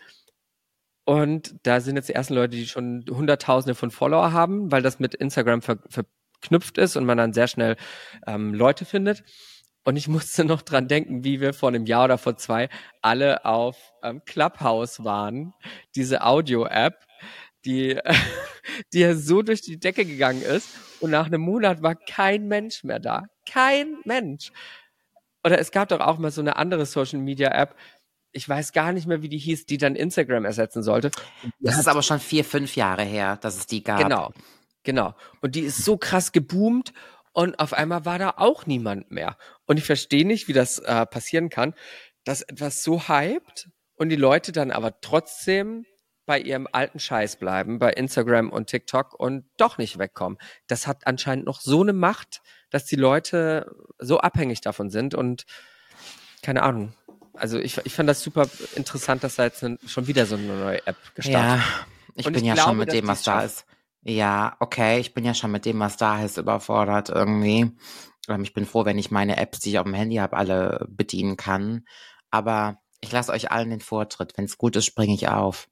Und da sind jetzt die ersten Leute, die schon Hunderttausende von Follower haben, weil das mit Instagram ver- verknüpft ist und man dann sehr schnell ähm, Leute findet. Und ich musste noch dran denken, wie wir vor einem Jahr oder vor zwei alle auf ähm, Clubhouse waren, diese Audio-App, die, die ja so durch die Decke gegangen ist. Und nach einem Monat war kein Mensch mehr da. Kein Mensch. Oder es gab doch auch mal so eine andere Social-Media-App, ich weiß gar nicht mehr, wie die hieß, die dann Instagram ersetzen sollte. Das ist aber schon vier, fünf Jahre her, dass es die gab. Genau, genau. Und die ist so krass geboomt und auf einmal war da auch niemand mehr. Und ich verstehe nicht, wie das äh, passieren kann, dass etwas so hypt und die Leute dann aber trotzdem bei ihrem alten Scheiß bleiben, bei Instagram und TikTok und doch nicht wegkommen. Das hat anscheinend noch so eine Macht, dass die Leute so abhängig davon sind und keine Ahnung. Also ich, ich fand das super interessant, dass da jetzt eine, schon wieder so eine neue App gestartet Ja, ich Und bin ich ja glaube, schon mit dass dem, die was es da schaffen. ist. Ja, okay, ich bin ja schon mit dem, was da ist, überfordert irgendwie. Ähm, Ich bin froh, wenn ich meine Apps, die ich auf dem Handy habe, alle bedienen kann. Aber ich lasse euch allen den Vortritt. Wenn es gut ist, springe ich auf.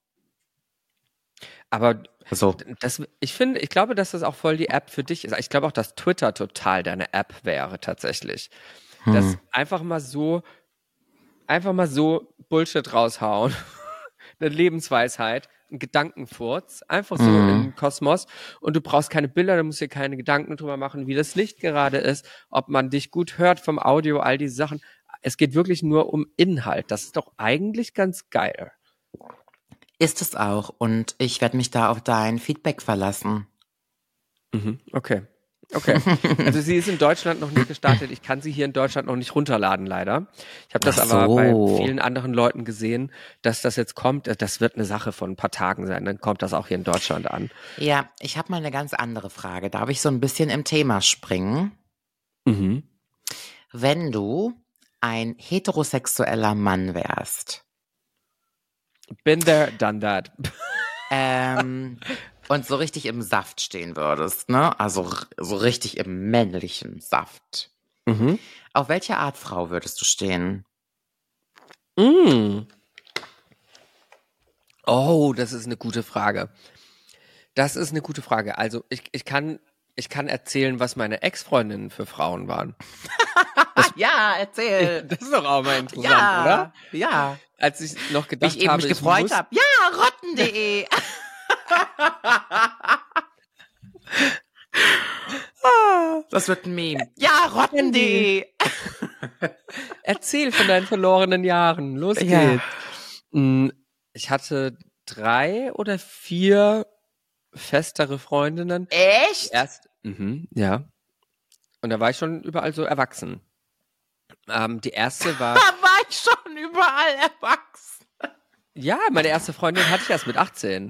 Aber So. das, ich finde, ich glaube, dass das auch voll die App für dich ist. Ich glaube auch, dass Twitter total deine App wäre tatsächlich. Das Hm. einfach mal so, einfach mal so Bullshit raushauen. Eine Lebensweisheit, ein Gedankenfurz, einfach so Mhm. im Kosmos. Und du brauchst keine Bilder, du musst dir keine Gedanken drüber machen, wie das Licht gerade ist, ob man dich gut hört vom Audio, all diese Sachen. Es geht wirklich nur um Inhalt. Das ist doch eigentlich ganz geil. Ist es auch. Und ich werde mich da auf dein Feedback verlassen. Mhm, okay. Okay. Also sie ist in Deutschland noch nicht gestartet. Ich kann sie hier in Deutschland noch nicht runterladen, leider. Ich habe das Ach aber bei so. vielen anderen Leuten gesehen, dass das jetzt kommt. Das wird eine Sache von ein paar Tagen sein. Dann kommt das auch hier in Deutschland an. Ja, ich habe mal eine ganz andere Frage. Darf ich so ein bisschen im Thema springen? Mhm. Wenn du ein heterosexueller Mann wärst, Been there, done that. ähm, und so richtig im Saft stehen würdest, ne? Also r- so richtig im männlichen Saft. Mhm. Auf welche Art Frau würdest du stehen? Mm. Oh, das ist eine gute Frage. Das ist eine gute Frage. Also ich, ich kann ich kann erzählen, was meine Ex-Freundinnen für Frauen waren. Ja, erzähl. Das ist doch auch mal interessant, Ja, oder? ja. Als ich noch Wie gedacht ich eben habe, mich ich gefreut muss, habe. Ja, rotten punkt de. Das wird ein Meme. Ja, rotten punkt de. erzähl von deinen verlorenen Jahren. Los Ja. geht's. Mm, Ich hatte drei oder vier festere Freundinnen. Echt? Erst, mhm, ja. Und da war ich schon überall so erwachsen. Ähm, die erste war, Da war ich schon überall erwachsen. ja, meine erste Freundin hatte ich erst mit achtzehn.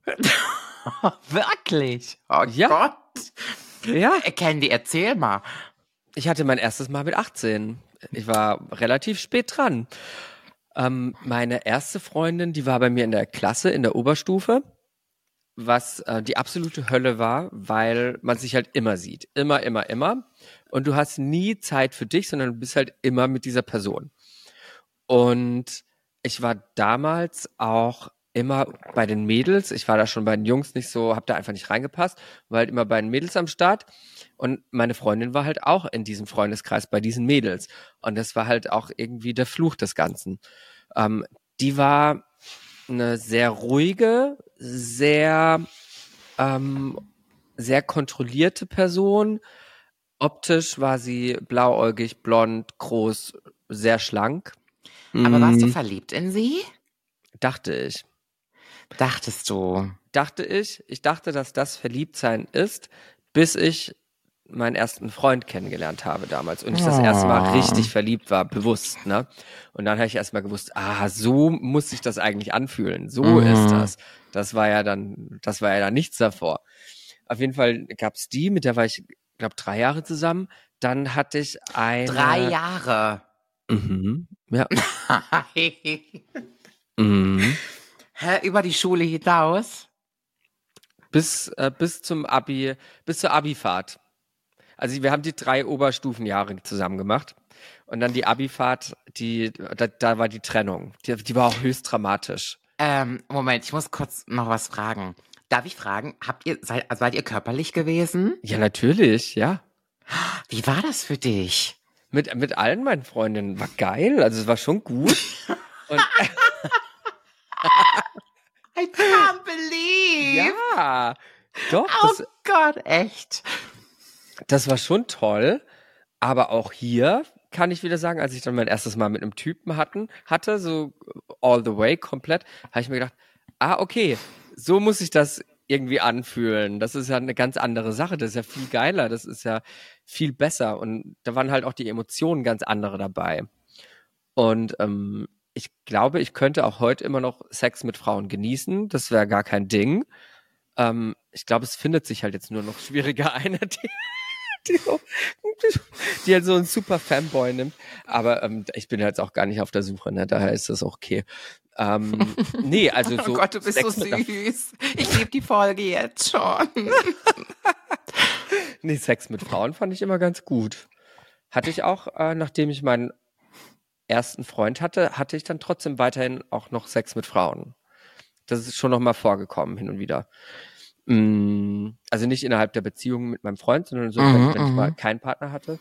Wirklich? Oh Ja. Gott. Ja. Äh, Candy, erzähl mal. Ich hatte mein erstes Mal mit achtzehn. Ich war relativ spät dran. Ähm, meine erste Freundin, die war bei mir in der Klasse, in der Oberstufe, was äh, die absolute Hölle war, weil man sich halt immer sieht. Immer, immer, immer. Und du hast nie Zeit für dich, sondern du bist halt immer mit dieser Person. Und ich war damals auch immer bei den Mädels. Ich war da schon bei den Jungs nicht so, hab da einfach nicht reingepasst. War halt immer bei den Mädels am Start. Und meine Freundin war halt auch in diesem Freundeskreis bei diesen Mädels. Und das war halt auch irgendwie der Fluch des Ganzen. Ähm, Die war eine sehr ruhige, sehr, ähm, sehr kontrollierte Person. Optisch war sie blauäugig, blond, groß, sehr schlank. Aber warst du Mm, verliebt in sie? dachte ich. Dachtest du? Dachte ich. Ich dachte, dass das Verliebtsein ist, bis ich meinen ersten Freund kennengelernt habe damals und ich das erste Mal Oh. richtig verliebt war, bewusst, ne? Und dann habe ich erst mal gewusst, ah, so muss sich das eigentlich anfühlen. So Mhm. ist das. Das war ja dann, das war ja dann nichts davor. Auf jeden Fall gab's die, mit der war ich, glaube drei Jahre zusammen. Dann hatte ich eine. Drei Jahre. Mhm. Ja. Mhm. Hä, über die Schule hinaus? Bis, äh, bis zum Abi, bis zur Abifahrt. Also wir haben die drei Oberstufenjahre zusammen gemacht. Und dann die Abifahrt, die, da, da war die Trennung. Die, die war auch höchst dramatisch. Ähm, Moment, ich muss kurz noch was fragen. Darf ich fragen, habt ihr, seid, seid ihr körperlich gewesen? Ja, natürlich, ja. Wie war das für dich? Mit, mit allen meinen Freundinnen. War geil. Also es war schon gut. Und, I can't believe. ja, doch, Oh das, Gott, echt. das war schon toll. Aber auch hier kann ich wieder sagen, als ich dann mein erstes Mal mit einem Typen hatten, hatte, so all the way komplett, habe ich mir gedacht, ah, okay, so muss ich das irgendwie anfühlen. Das ist ja eine ganz andere Sache. Das ist ja viel geiler. Das ist ja viel besser. Und da waren halt auch die Emotionen ganz andere dabei. Und ähm, ich glaube, ich könnte auch heute immer noch Sex mit Frauen genießen. Das wäre gar kein Ding. Ähm, ich glaube, es findet sich halt jetzt nur noch schwieriger einer, die, die, so, die halt so einen super Fanboy nimmt. Aber ähm, ich bin jetzt auch gar nicht auf der Suche, ne? Daher ist das okay. Ähm, nee, also so. Oh Gott, du bist Sex so mit einer- süß. Ich liebe die Folge jetzt schon. Nee, Sex mit Frauen fand ich immer ganz gut. Hatte ich auch, äh, nachdem ich meinen ersten Freund hatte, hatte ich dann trotzdem weiterhin auch noch Sex mit Frauen. Das ist schon noch mal vorgekommen, hin und wieder. Mm, Also nicht innerhalb der Beziehung mit meinem Freund, sondern so, wenn, Mhm, wenn ich mal mhm. keinen Partner hatte.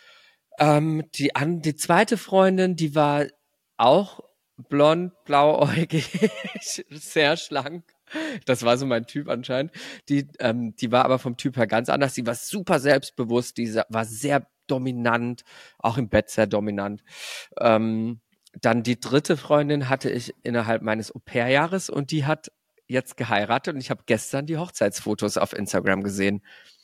Ähm, die, an, die zweite Freundin, die war auch blond, blauäugig, sehr schlank. Das war so mein Typ anscheinend. Die, ähm, die war aber vom Typ her ganz anders. Die war super selbstbewusst, die sa- war sehr dominant, auch im Bett sehr dominant. Ähm, dann die dritte Freundin hatte ich innerhalb meines Au-pair-Jahres und die hat jetzt geheiratet und ich habe gestern die Hochzeitsfotos auf Instagram gesehen.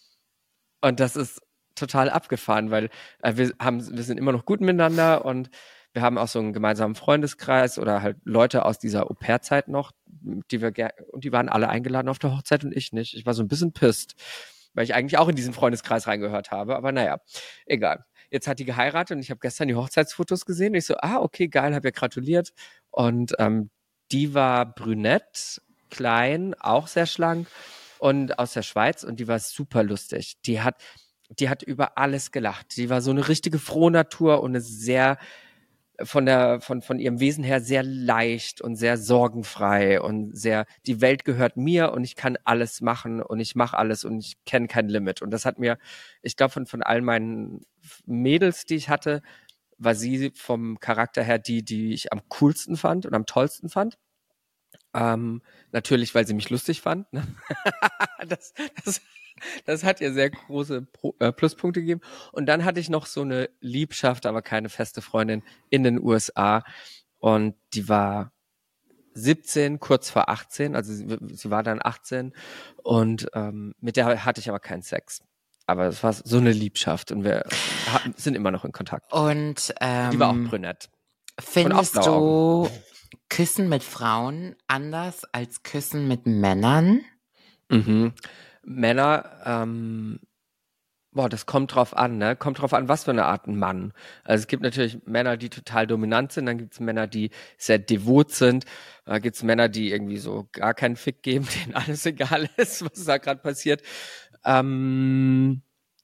Und das ist total abgefahren, weil äh, wir haben, wir sind immer noch gut miteinander und wir haben auch so einen gemeinsamen Freundeskreis oder halt Leute aus dieser Au-pair-Zeit noch, die wir ger- und die waren alle eingeladen auf der Hochzeit und ich nicht. Ich war so ein bisschen pisst, weil ich eigentlich auch in diesen Freundeskreis reingehört habe, aber naja, egal. Jetzt hat die geheiratet und ich habe gestern die Hochzeitsfotos gesehen und ich so, ah, okay, geil, habe ihr gratuliert und ähm, die war brünett, klein, auch sehr schlank und aus der Schweiz und die war super lustig. Die hat, die hat über alles gelacht. Die war so eine richtige Frohnatur und eine sehr von der von von ihrem Wesen her sehr leicht und sehr sorgenfrei und sehr die Welt gehört mir und ich kann alles machen und ich mache alles und ich kenne kein Limit und das hat mir, ich glaube von von all meinen Mädels, die ich hatte, war sie vom Charakter her die, die ich am coolsten fand und am tollsten fand. Ähm, natürlich, weil sie mich lustig fand. Ne? das, das, das hat ihr sehr große Pro, äh, Pluspunkte gegeben. Und dann hatte ich noch so eine Liebschaft, aber keine feste Freundin in den U S A. Und die war siebzehn, kurz vor achtzehn. Also sie, sie war dann achtzehn. Und ähm, mit der hatte ich aber keinen Sex. Aber es war so eine Liebschaft. Und wir hatten, sind immer noch in Kontakt. Und ähm, Die war auch brünett. findest blaue du Küssen mit Frauen anders als Küssen mit Männern? Mhm. Männer, ähm, boah, das kommt drauf an, ne? Kommt drauf an, was für eine Art ein Mann. Also es gibt natürlich Männer, die total dominant sind, dann gibt es Männer, die sehr devot sind, da gibt es Männer, die irgendwie so gar keinen Fick geben, denen alles egal ist, was da gerade passiert. Ähm,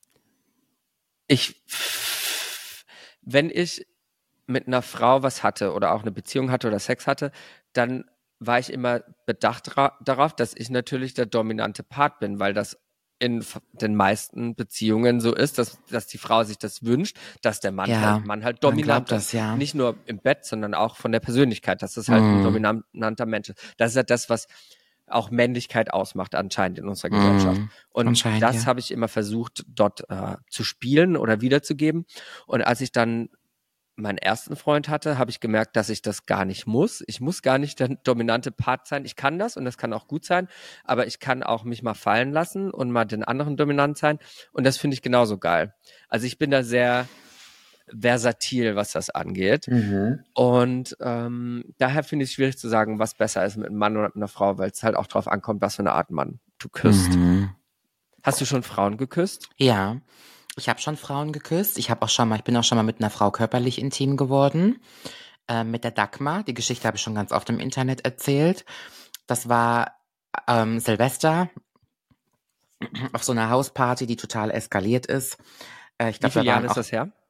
ich, wenn ich mit einer Frau was hatte oder auch eine Beziehung hatte oder Sex hatte, dann war ich immer bedacht dra- darauf, dass ich natürlich der dominante Part bin, weil das in f- den meisten Beziehungen so ist, dass, dass die Frau sich das wünscht, dass der Mann, Ja, halt, Mann halt man dominant glaubt ist. das, ja. Nicht nur im Bett, sondern auch von der Persönlichkeit, dass das halt ein Mm. dominanter Mensch ist. Das ist ja das, was auch Männlichkeit ausmacht anscheinend in unserer Gesellschaft. Mm. Und Anscheinend, das ja. habe ich immer versucht, dort äh, zu spielen oder wiederzugeben. Und als ich dann meinen ersten Freund hatte, habe ich gemerkt, dass ich das gar nicht muss. Ich muss gar nicht der dominante Part sein. Ich kann das und das kann auch gut sein, aber ich kann auch mich mal fallen lassen und mal den anderen dominant sein. Und das finde ich genauso geil. Also ich bin da sehr versatil, was das angeht. Mhm. Und ähm, daher finde ich es schwierig zu sagen, was besser ist mit einem Mann oder mit einer Frau, weil es halt auch drauf ankommt, was für eine Art Mann du küsst. Mhm. Hast du schon Frauen geküsst? Ja, ich habe schon Frauen geküsst. Ich habe auch schon mal, ich bin auch schon mal mit einer Frau körperlich intim geworden. Äh, mit der Dagmar. Die Geschichte habe ich schon ganz oft im Internet erzählt. Das war ähm, Silvester auf so einer Hausparty, die total eskaliert ist. Äh, ich Wie glaube, viele wir Jahre waren ist auch das her?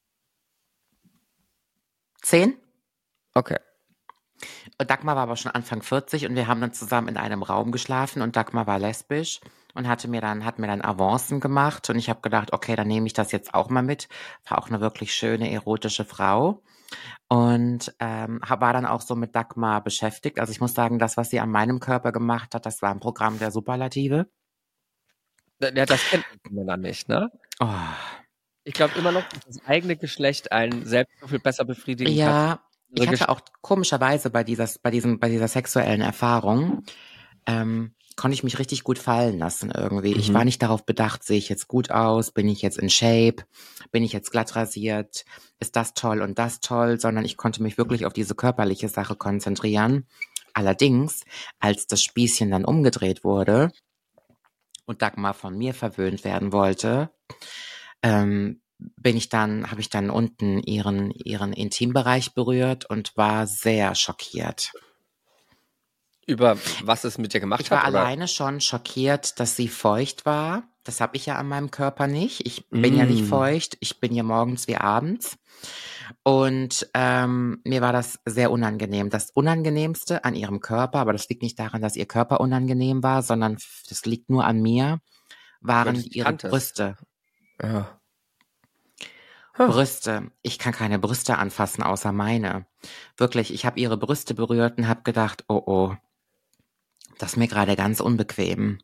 zehn. Okay. Und Dagmar war aber schon Anfang vierzig und wir haben dann zusammen in einem Raum geschlafen und Dagmar war lesbisch und hatte mir dann, hat mir dann Avancen gemacht und ich habe gedacht, okay, dann nehme ich das jetzt auch mal mit. War auch eine wirklich schöne, erotische Frau und ähm, hab- war dann auch so mit Dagmar beschäftigt. Also ich muss sagen, das, was sie an meinem Körper gemacht hat, das war ein Programm der Superlative. Ja, das kennt man dann nicht, ne? Oh. Ich glaube immer noch, dass das eigene Geschlecht einen selbst so viel besser befriedigen kann. Ja, ich Andere hatte auch komischerweise bei dieser, bei diesem, bei dieser sexuellen Erfahrung, ähm, konnte ich mich richtig gut fallen lassen irgendwie. Ich Mhm. war nicht darauf bedacht, sehe ich jetzt gut aus, bin ich jetzt in Shape, bin ich jetzt glatt rasiert, ist das toll und das toll, sondern ich konnte mich wirklich auf diese körperliche Sache konzentrieren. Allerdings, als das Spießchen dann umgedreht wurde und Dagmar von mir verwöhnt werden wollte, ähm, bin ich dann, habe ich dann unten ihren, ihren Intimbereich berührt und war sehr schockiert. Über was es mit dir gemacht Ich war hat? Oder? alleine schon schockiert, dass sie feucht war. Das habe ich ja an meinem Körper nicht. Ich bin ja nicht Mm. feucht. Ich bin ja morgens wie abends. Und ähm, mir war das sehr unangenehm. Das Unangenehmste an ihrem Körper, aber das liegt nicht daran, dass ihr Körper unangenehm war, sondern f- das liegt nur an mir, Weil waren du dich ihre kanntest. Brüste. Ja. Huh. Brüste. Ich kann keine Brüste anfassen, außer meine. Wirklich, ich habe ihre Brüste berührt und habe gedacht, oh oh, das ist mir gerade ganz unbequem.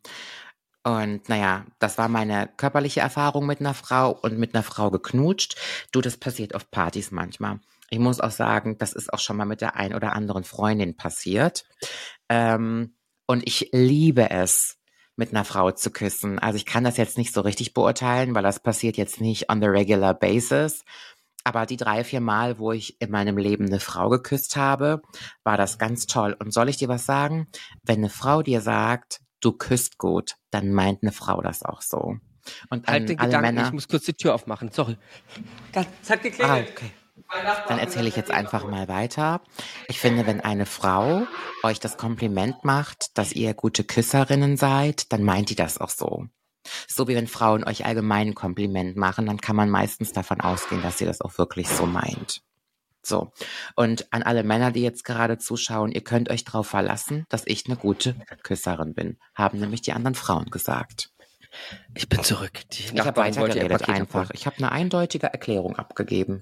Und naja, das war meine körperliche Erfahrung mit einer Frau und mit einer Frau geknutscht. Du, das passiert auf Partys manchmal. Ich muss auch sagen, das ist auch schon mal mit der ein oder anderen Freundin passiert. Ähm, und ich liebe es, mit einer Frau zu küssen. Also ich kann das jetzt nicht so richtig beurteilen, weil das passiert jetzt nicht on the regular basis. Aber die drei, vier Mal, wo ich in meinem Leben eine Frau geküsst habe, war das ganz toll. Und soll ich dir was sagen? Wenn eine Frau dir sagt, du küsst gut, dann meint eine Frau das auch so. Und Halt an den alle Gedanken, ich Männer. muss kurz die Tür aufmachen. Sorry. Es hat Ah, geklingelt. okay. Dann erzähle ich jetzt einfach mal weiter. Ich finde, wenn eine Frau euch das Kompliment macht, dass ihr gute Küsserinnen seid, dann meint die das auch so. So wie wenn Frauen euch allgemein ein Kompliment machen, dann kann man meistens davon ausgehen, dass sie das auch wirklich so meint. So. Und an alle Männer, die jetzt gerade zuschauen, ihr könnt euch darauf verlassen, dass ich eine gute Küsserin bin. Haben nämlich die anderen Frauen gesagt. Ich bin zurück. Die Ich habe Nachbarin wollte ihr weitergeredet Paket einfach. abholen. Ich habe eine eindeutige Erklärung abgegeben,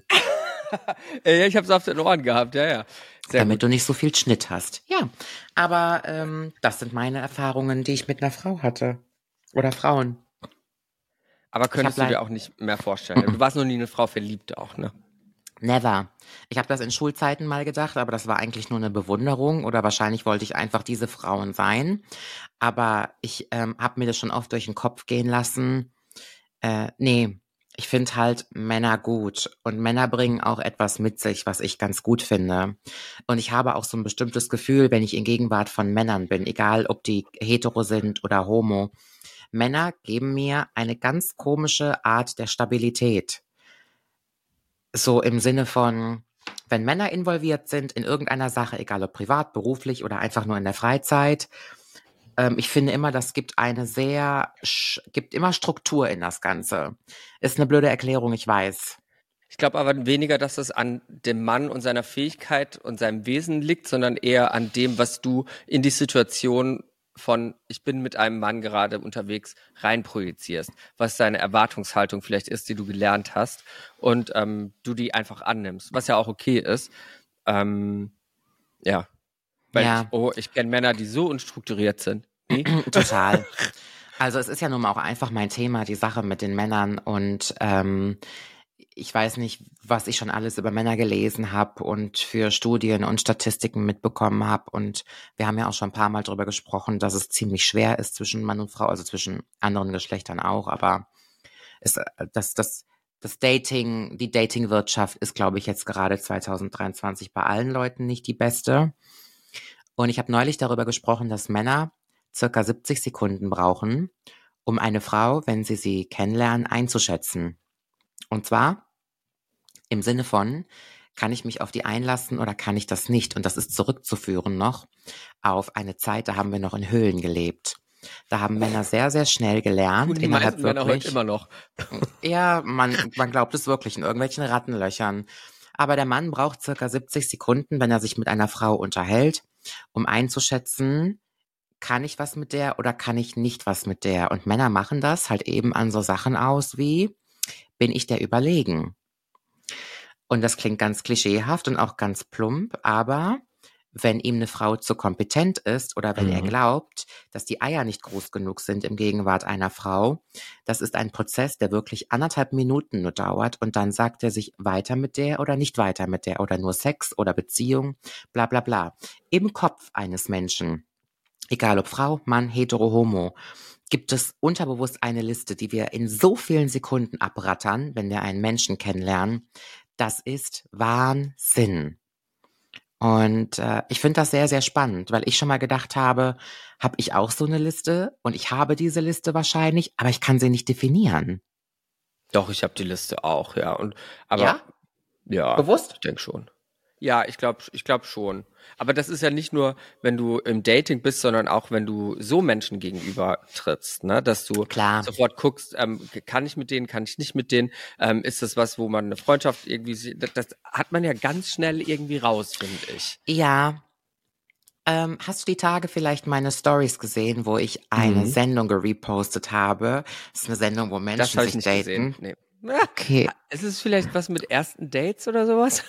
Ja, ich habe es auf den Ohren gehabt. Ja, ja. Sehr damit gut. du nicht so viel Schnitt hast. Ja, aber ähm, das sind meine Erfahrungen, die ich mit einer Frau hatte. Oder Frauen. Aber könntest hab du dir leid- auch nicht mehr vorstellen. Du warst noch nie eine Frau verliebt auch, ne? Never. Ich habe das in Schulzeiten mal gedacht, aber das war eigentlich nur eine Bewunderung oder wahrscheinlich wollte ich einfach diese Frauen sein. Aber ich ähm, habe mir das schon oft durch den Kopf gehen lassen. Äh, nee, ich finde halt Männer gut und Männer bringen auch etwas mit sich, was ich ganz gut finde. Und ich habe auch so ein bestimmtes Gefühl, wenn ich in Gegenwart von Männern bin, egal ob die hetero sind oder homo. Männer geben mir eine ganz komische Art der Stabilität. So im Sinne von, wenn Männer involviert sind in irgendeiner Sache, egal ob privat, beruflich oder einfach nur in der Freizeit, ähm, ich finde immer, das gibt eine sehr, sch- gibt immer Struktur in das Ganze. Ist eine blöde Erklärung, ich weiß. Ich glaube aber weniger, dass es an dem Mann und seiner Fähigkeit und seinem Wesen liegt, sondern eher an dem, was du in die Situation von, ich bin mit einem Mann gerade unterwegs, reinprojizierst, was deine Erwartungshaltung vielleicht ist, die du gelernt hast und ähm, du die einfach annimmst, was ja auch okay ist. Ähm, ja, weil Ja. ich, oh, ich kenne Männer, die so unstrukturiert sind. Wie? Total. Also es ist ja nun mal auch einfach mein Thema, die Sache mit den Männern und ähm, ich weiß nicht, was ich schon alles über Männer gelesen habe und für Studien und Statistiken mitbekommen habe. Und wir haben ja auch schon ein paar Mal darüber gesprochen, dass es ziemlich schwer ist zwischen Mann und Frau, also zwischen anderen Geschlechtern auch. Aber es, das, das, das Dating, die Datingwirtschaft ist, glaube ich, jetzt gerade zwanzig dreiundzwanzig bei allen Leuten nicht die beste. Und ich habe neulich darüber gesprochen, dass Männer circa siebzig Sekunden brauchen, um eine Frau, wenn sie sie kennenlernen, einzuschätzen. Und zwar im Sinne von, kann ich mich auf die einlassen oder kann ich das nicht? Und das ist zurückzuführen noch auf eine Zeit, da haben wir noch in Höhlen gelebt. Da haben Männer sehr, sehr schnell gelernt. Tun die innerhalb meisten Männer wirklich, heute immer noch. Ja, man, man glaubt es wirklich in irgendwelchen Rattenlöchern. Aber der Mann braucht circa siebzig Sekunden, wenn er sich mit einer Frau unterhält, um einzuschätzen, kann ich was mit der oder kann ich nicht was mit der? Und Männer machen das halt eben an so Sachen aus wie, bin ich der überlegen? Und das klingt ganz klischeehaft und auch ganz plump, aber wenn ihm eine Frau zu kompetent ist oder wenn Mhm. er glaubt, dass die Eier nicht groß genug sind im Gegenwart einer Frau, das ist ein Prozess, der wirklich anderthalb Minuten nur dauert und dann sagt er sich weiter mit der oder nicht weiter mit der oder nur Sex oder Beziehung, bla bla bla. Im Kopf eines Menschen, egal ob Frau, Mann, hetero, homo, gibt es unterbewusst eine Liste, die wir in so vielen Sekunden abrattern, wenn wir einen Menschen kennenlernen. Das ist Wahnsinn. Und äh, ich finde das sehr, sehr spannend, weil ich schon mal gedacht habe, habe ich auch so eine Liste und ich habe diese Liste wahrscheinlich, aber ich kann sie nicht definieren. Doch, ich habe die Liste auch, ja. Und aber Ja? ja, Bewusst? ich denke schon. Ja, ich glaube, ich glaube schon. Aber das ist ja nicht nur, wenn du im Dating bist, sondern auch, wenn du so Menschen gegenüber trittst, ne, dass du Klar. sofort guckst, ähm, kann ich mit denen, kann ich nicht mit denen, ähm, ist das was, wo man eine Freundschaft irgendwie sieht, das, das hat man ja ganz schnell irgendwie raus, finde ich. Ja. Ähm, hast du die Tage vielleicht meine Stories gesehen, wo ich eine Mhm. Sendung gerepostet habe? Das ist eine Sendung, wo Das Menschen habe ich sich nicht daten. gesehen. Nee. Okay. Ist es vielleicht was mit ersten Dates oder sowas?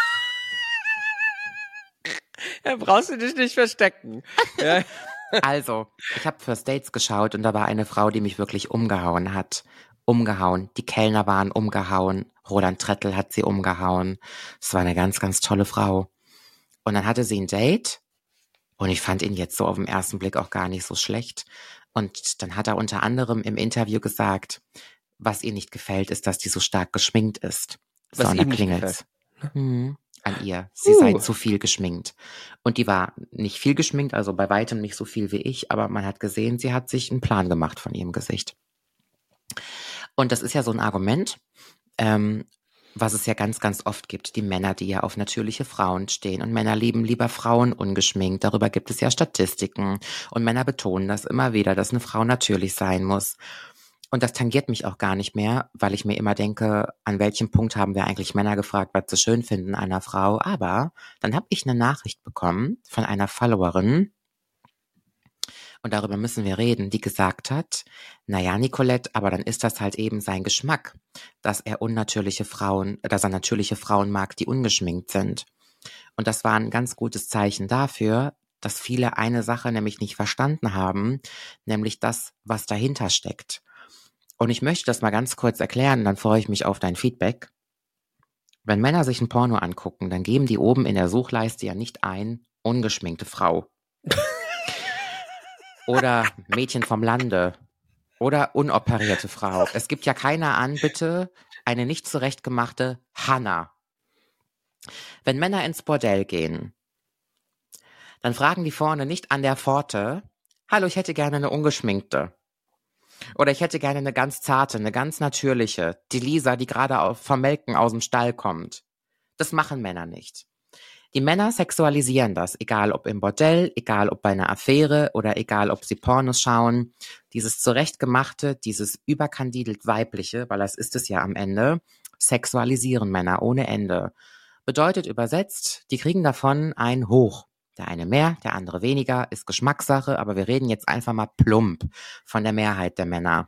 Ja, brauchst du dich nicht verstecken. Ja. Also, ich habe First Dates geschaut und da war eine Frau, die mich wirklich umgehauen hat. Umgehauen. Die Kellner waren umgehauen. Roland Trettel hat sie umgehauen. Es war eine ganz, ganz tolle Frau. Und dann hatte sie ein Date und ich fand ihn jetzt so auf den ersten Blick auch gar nicht so schlecht. Und dann hat er unter anderem im Interview gesagt, was ihr nicht gefällt, ist, dass die so stark geschminkt ist. Was so, und ihm da nicht klingelt's. Hm, an ihr. Sie Uh. sei zu viel geschminkt. Und die war nicht viel geschminkt, also bei weitem nicht so viel wie ich, aber man hat gesehen, sie hat sich einen Plan gemacht von ihrem Gesicht. Und das ist ja so ein Argument, ähm, was es ja ganz, ganz oft gibt. Die Männer, die ja auf natürliche Frauen stehen. Und Männer lieben lieber Frauen ungeschminkt. Darüber gibt es ja Statistiken. Und Männer betonen das immer wieder, dass eine Frau natürlich sein muss. Und das tangiert mich auch gar nicht mehr, weil ich mir immer denke, an welchem Punkt haben wir eigentlich Männer gefragt, was sie schön finden an einer Frau. Aber dann habe ich eine Nachricht bekommen von einer Followerin, und darüber müssen wir reden, die gesagt hat, naja, Nicolette, aber dann ist das halt eben sein Geschmack, dass er unnatürliche Frauen, dass er natürliche Frauen mag, die ungeschminkt sind. Und das war ein ganz gutes Zeichen dafür, dass viele eine Sache nämlich nicht verstanden haben, nämlich das, was dahinter steckt. Und ich möchte das mal ganz kurz erklären, dann freue ich mich auf dein Feedback. Wenn Männer sich ein Porno angucken, dann geben die oben in der Suchleiste ja nicht ein, ungeschminkte Frau. Oder Mädchen vom Lande. Oder unoperierte Frau. Es gibt ja keiner an, bitte, eine nicht zurechtgemachte Hanna. Wenn Männer ins Bordell gehen, dann fragen die vorne nicht an der Pforte, hallo, ich hätte gerne eine ungeschminkte. Oder ich hätte gerne eine ganz zarte, eine ganz natürliche. Die Lisa, die gerade vom Melken aus dem Stall kommt. Das machen Männer nicht. Die Männer sexualisieren das, egal ob im Bordell, egal ob bei einer Affäre oder egal ob sie Pornos schauen. Dieses zurechtgemachte, dieses überkandidelt weibliche, weil das ist es ja am Ende, sexualisieren Männer ohne Ende. Bedeutet übersetzt, die kriegen davon ein Hoch. Der eine mehr, der andere weniger, ist Geschmackssache, aber wir reden jetzt einfach mal plump von der Mehrheit der Männer.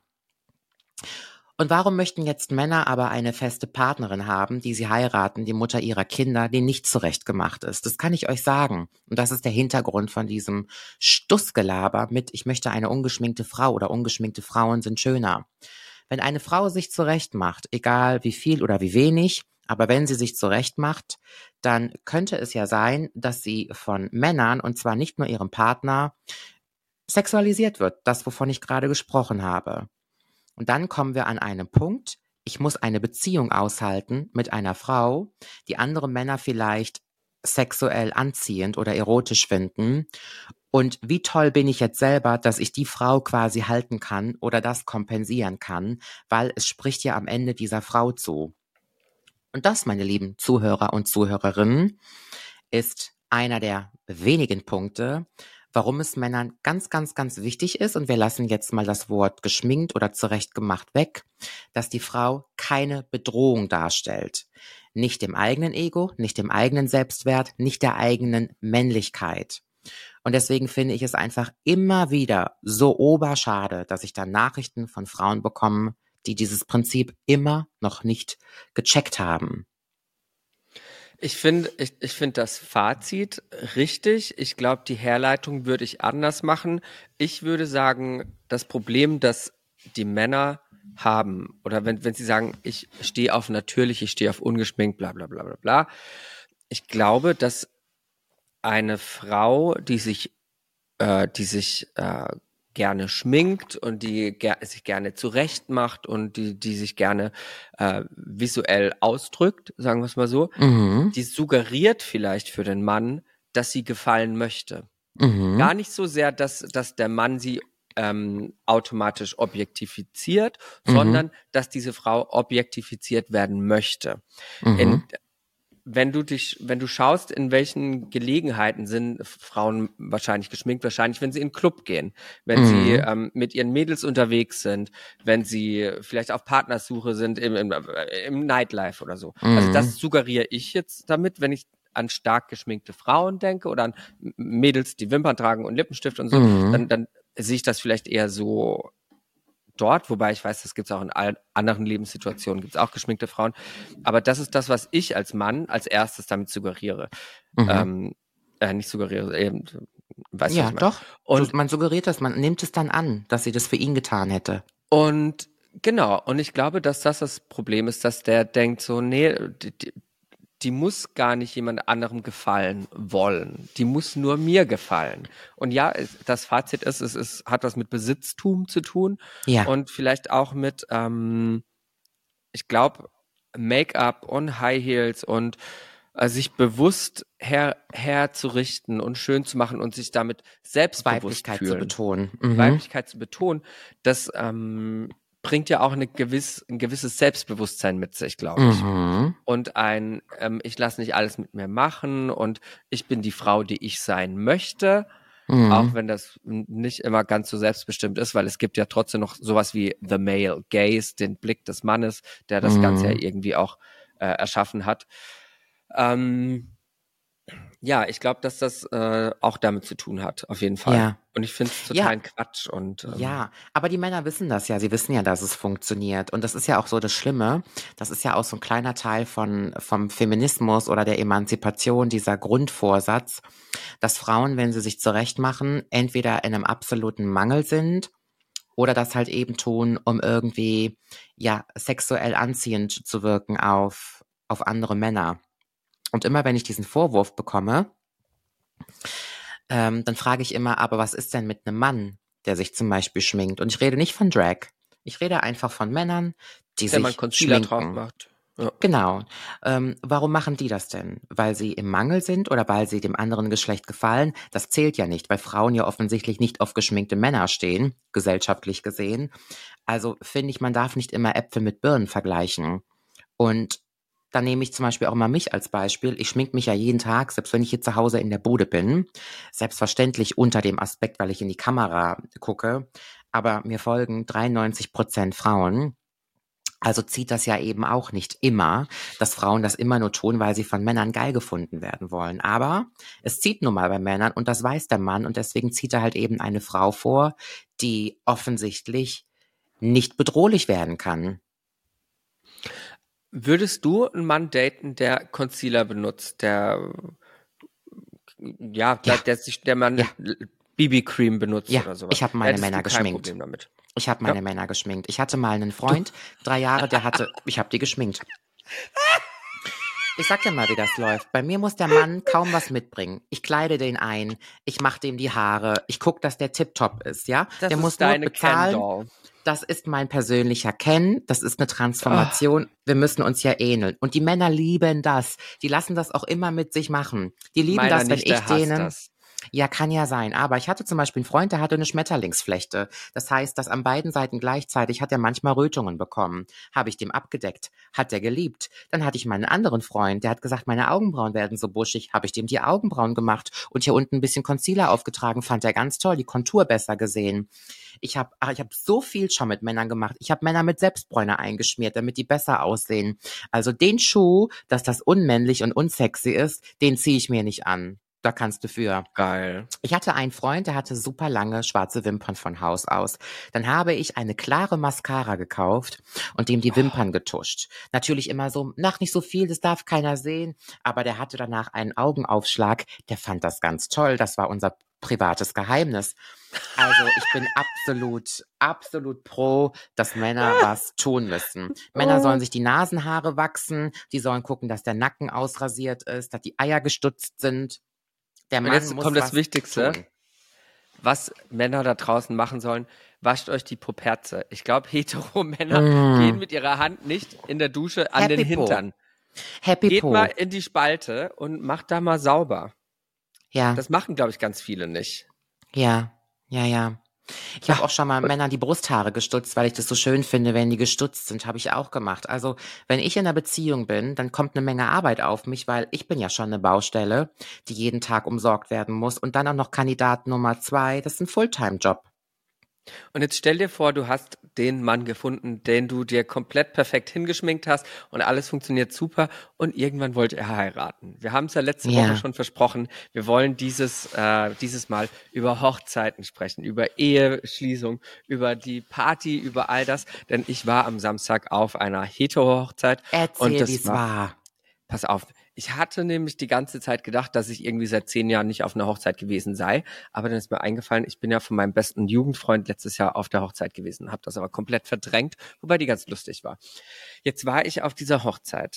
Und warum möchten jetzt Männer aber eine feste Partnerin haben, die sie heiraten, die Mutter ihrer Kinder, die nicht zurechtgemacht ist? Das kann ich euch sagen. Und das ist der Hintergrund von diesem Stussgelaber mit, ich möchte eine ungeschminkte Frau oder ungeschminkte Frauen sind schöner. Wenn eine Frau sich zurechtmacht, egal wie viel oder wie wenig, aber wenn sie sich zurechtmacht, dann könnte es ja sein, dass sie von Männern, und zwar nicht nur ihrem Partner, sexualisiert wird. Das, wovon ich gerade gesprochen habe. Und dann kommen wir an einen Punkt, ich muss eine Beziehung aushalten mit einer Frau, die andere Männer vielleicht sexuell anziehend oder erotisch finden. Und wie toll bin ich jetzt selber, dass ich die Frau quasi halten kann oder das kompensieren kann, weil es spricht ja am Ende dieser Frau zu. Und das, meine lieben Zuhörer und Zuhörerinnen, ist einer der wenigen Punkte, warum es Männern ganz, ganz, ganz wichtig ist, und wir lassen jetzt mal das Wort geschminkt oder zurechtgemacht weg, dass die Frau keine Bedrohung darstellt. Nicht dem eigenen Ego, nicht dem eigenen Selbstwert, nicht der eigenen Männlichkeit. Und deswegen finde ich es einfach immer wieder so oberschade, dass ich da Nachrichten von Frauen bekomme, die dieses Prinzip immer noch nicht gecheckt haben. Ich finde ich, ich finde das Fazit richtig. Ich glaube, die Herleitung würde ich anders machen. Ich würde sagen, das Problem, das die Männer haben, oder wenn, wenn sie sagen, ich stehe auf natürlich, ich stehe auf ungeschminkt, bla bla bla bla bla. Ich glaube, dass eine Frau, die sich, äh, die sich äh, gerne schminkt und die ger- sich gerne zurecht macht und die, die sich gerne äh, visuell ausdrückt, sagen wir es mal so, Mhm. die suggeriert vielleicht für den Mann, dass sie gefallen möchte. Mhm. Gar nicht so sehr, dass, dass der Mann sie ähm, automatisch objektifiziert, Mhm. sondern dass diese Frau objektifiziert werden möchte. Mhm. In, wenn du dich, wenn du schaust, in welchen Gelegenheiten sind Frauen wahrscheinlich geschminkt, wahrscheinlich, wenn sie in den Club gehen, wenn Mhm. sie ähm, mit ihren Mädels unterwegs sind, wenn sie vielleicht auf Partnersuche sind im, im, im Nightlife oder so. Mhm. Also das suggeriere ich jetzt damit, wenn ich an stark geschminkte Frauen denke oder an Mädels, die Wimpern tragen und Lippenstift und so, Mhm. dann, dann sehe ich das vielleicht eher so dort, wobei ich weiß, das gibt es auch in allen anderen Lebenssituationen, gibt es auch geschminkte Frauen. Aber das ist das, was ich als Mann als erstes damit suggeriere. Mhm. Ähm, äh, nicht suggeriere, eben, weißt du, Ja, was ich meine? doch. Und, Du, man suggeriert das, man nimmt es dann an, dass sie das für ihn getan hätte. und genau, und ich glaube, dass das das Problem ist, dass der denkt so, nee, die, die, die muss gar nicht jemand anderem gefallen wollen. Die muss nur mir gefallen. Und ja, es- das Fazit ist, es ist, hat was mit Besitztum zu tun Ja. und vielleicht auch mit, ähm, ich glaube, Make-up und High Heels und äh, sich bewusst her, herzurichten und schön zu machen und sich damit selbstbewusst Weiblichkeit zu fühlen. betonen. Mhm. Weiblichkeit zu betonen, das ähm, bringt ja auch eine gewiss, ein gewisses Selbstbewusstsein mit sich, glaube ich. Mhm. Und ein, ähm, ich lasse nicht alles mit mir machen und ich bin die Frau, die ich sein möchte, Mhm. auch wenn das n- nicht immer ganz so selbstbestimmt ist, weil es gibt ja trotzdem noch sowas wie the male gaze, den Blick des Mannes, der das Mhm. Ganze ja irgendwie auch äh, erschaffen hat. Ähm, ja, ich glaube, dass das äh, auch damit zu tun hat, auf jeden Fall. Ja. Und ich finde es Ja. total Quatsch. Und ähm, Ja, aber die Männer wissen das ja, sie wissen ja, dass es funktioniert. Und das ist ja auch so das Schlimme. Das ist ja auch so ein kleiner Teil von, vom Feminismus oder der Emanzipation, dieser Grundvorsatz, dass Frauen, wenn sie sich zurechtmachen, entweder in einem absoluten Mangel sind oder das halt eben tun, um irgendwie, ja, sexuell anziehend zu wirken auf, auf andere Männer. Und immer wenn ich diesen Vorwurf bekomme, ähm, dann frage ich immer, aber was ist denn mit einem Mann, der sich zum Beispiel schminkt? Und ich rede nicht von Drag. Ich rede einfach von Männern, die der man sich Concealer drauf schminken. macht. Ja. Genau. Ähm, warum machen die das denn? Weil sie im Mangel sind oder weil sie dem anderen Geschlecht gefallen? Das zählt ja nicht, weil Frauen ja offensichtlich nicht auf geschminkte Männer stehen, gesellschaftlich gesehen. Also finde ich, man darf nicht immer Äpfel mit Birnen vergleichen. Und da nehme ich zum Beispiel auch mal mich als Beispiel. Ich schmink mich ja jeden Tag, selbst wenn ich hier zu Hause in der Bude bin. Selbstverständlich unter dem Aspekt, weil ich in die Kamera gucke. Aber mir folgen dreiundneunzig Prozent Frauen. Also zieht das ja eben auch nicht immer, dass Frauen das immer nur tun, weil sie von Männern geil gefunden werden wollen. Aber es zieht nun mal bei Männern und das weiß der Mann und deswegen zieht er halt eben eine Frau vor, die offensichtlich nicht bedrohlich werden kann. Würdest du einen Mann daten, der Concealer benutzt, der ja, Ja. der, der sich, der man Ja. B B-Cream benutzt Ja, oder sowas? ich habe meine Hättest Männer du kein geschminkt. Problem damit. Ich habe meine Ja. Männer geschminkt. Ich hatte mal einen Freund, drei Jahre, der hatte, ich habe die geschminkt. Ich sag dir mal, wie das läuft. Bei mir muss der Mann kaum was mitbringen. Ich kleide den ein, ich mache dem die Haare, ich guck, dass der tipptopp ist, ja? Das der ist muss deine nur bezahlen. Ken-Doll. Das ist mein persönlicher Ken, das ist eine Transformation. Wir müssen uns ja ähneln. Und die Männer lieben das. Die lassen das auch immer mit sich machen. Die lieben Meiner das, wenn nicht, ich der hasst denen... das. Ja, kann ja sein. Aber ich hatte zum Beispiel einen Freund, der hatte eine Schmetterlingsflechte. Das heißt, dass an beiden Seiten gleichzeitig hat er manchmal Rötungen bekommen. Habe ich dem abgedeckt. Hat er geliebt. Dann hatte ich mal einen anderen Freund, der hat gesagt, meine Augenbrauen werden so buschig. Habe ich dem die Augenbrauen gemacht und hier unten ein bisschen Concealer aufgetragen. Fand er ganz toll, die Kontur besser gesehen. Ich habe ich hab so viel schon mit Männern gemacht. Ich habe Männer mit Selbstbräuner eingeschmiert, damit die besser aussehen. Also den Schuh, dass das unmännlich und unsexy ist, den ziehe ich mir nicht an. Da kannst du für. Geil. Ich hatte einen Freund, der hatte super lange schwarze Wimpern von Haus aus. Dann habe ich eine klare Mascara gekauft und ihm die Wimpern getuscht. Natürlich immer so, nach nicht so viel, das darf keiner sehen. Aber der hatte danach einen Augenaufschlag. Der fand das ganz toll. Das war unser privates Geheimnis. Also ich bin absolut, absolut pro, dass Männer was tun müssen. Männer sollen sich die Nasenhaare wachsen. Die sollen gucken, dass der Nacken ausrasiert ist, dass die Eier gestutzt sind. Der Und Mann jetzt muss kommt das was Wichtigste, tun. was Männer da draußen machen sollen. Wascht euch die Poperze. Ich glaube, hetero-Männer Mm. gehen mit ihrer Hand nicht in der Dusche an Happy den Po. Hintern. Happy Geht Po. mal in die Spalte und macht da mal sauber. Ja, Das machen, glaube ich, ganz viele nicht. ja, ja, ja. Ich habe auch schon mal Männern die Brusthaare gestutzt, weil ich das so schön finde, wenn die gestutzt sind, habe ich auch gemacht. Also, wenn ich in einer Beziehung bin, dann kommt eine Menge Arbeit auf mich, weil ich bin ja schon eine Baustelle, die jeden Tag umsorgt werden muss. Und dann auch noch Kandidat Nummer zwei, das ist ein Fulltime-Job. Und jetzt stell dir vor, du hast den Mann gefunden, den du dir komplett perfekt hingeschminkt hast und alles funktioniert super und irgendwann wollte er heiraten. Wir haben es ja letzte Ja. Woche schon versprochen, wir wollen dieses, äh, dieses Mal über Hochzeiten sprechen, über Eheschließung, über die Party, über all das, denn ich war am Samstag auf einer Hetero-Hochzeit. Erzähl, Und das wie es war- war. Pass auf, ich hatte nämlich die ganze Zeit gedacht, dass ich irgendwie seit zehn Jahren nicht auf einer Hochzeit gewesen sei. Aber dann ist mir eingefallen, ich bin ja von meinem besten Jugendfreund letztes Jahr auf der Hochzeit gewesen, habe das aber komplett verdrängt, wobei die ganz lustig war. Jetzt war ich auf dieser Hochzeit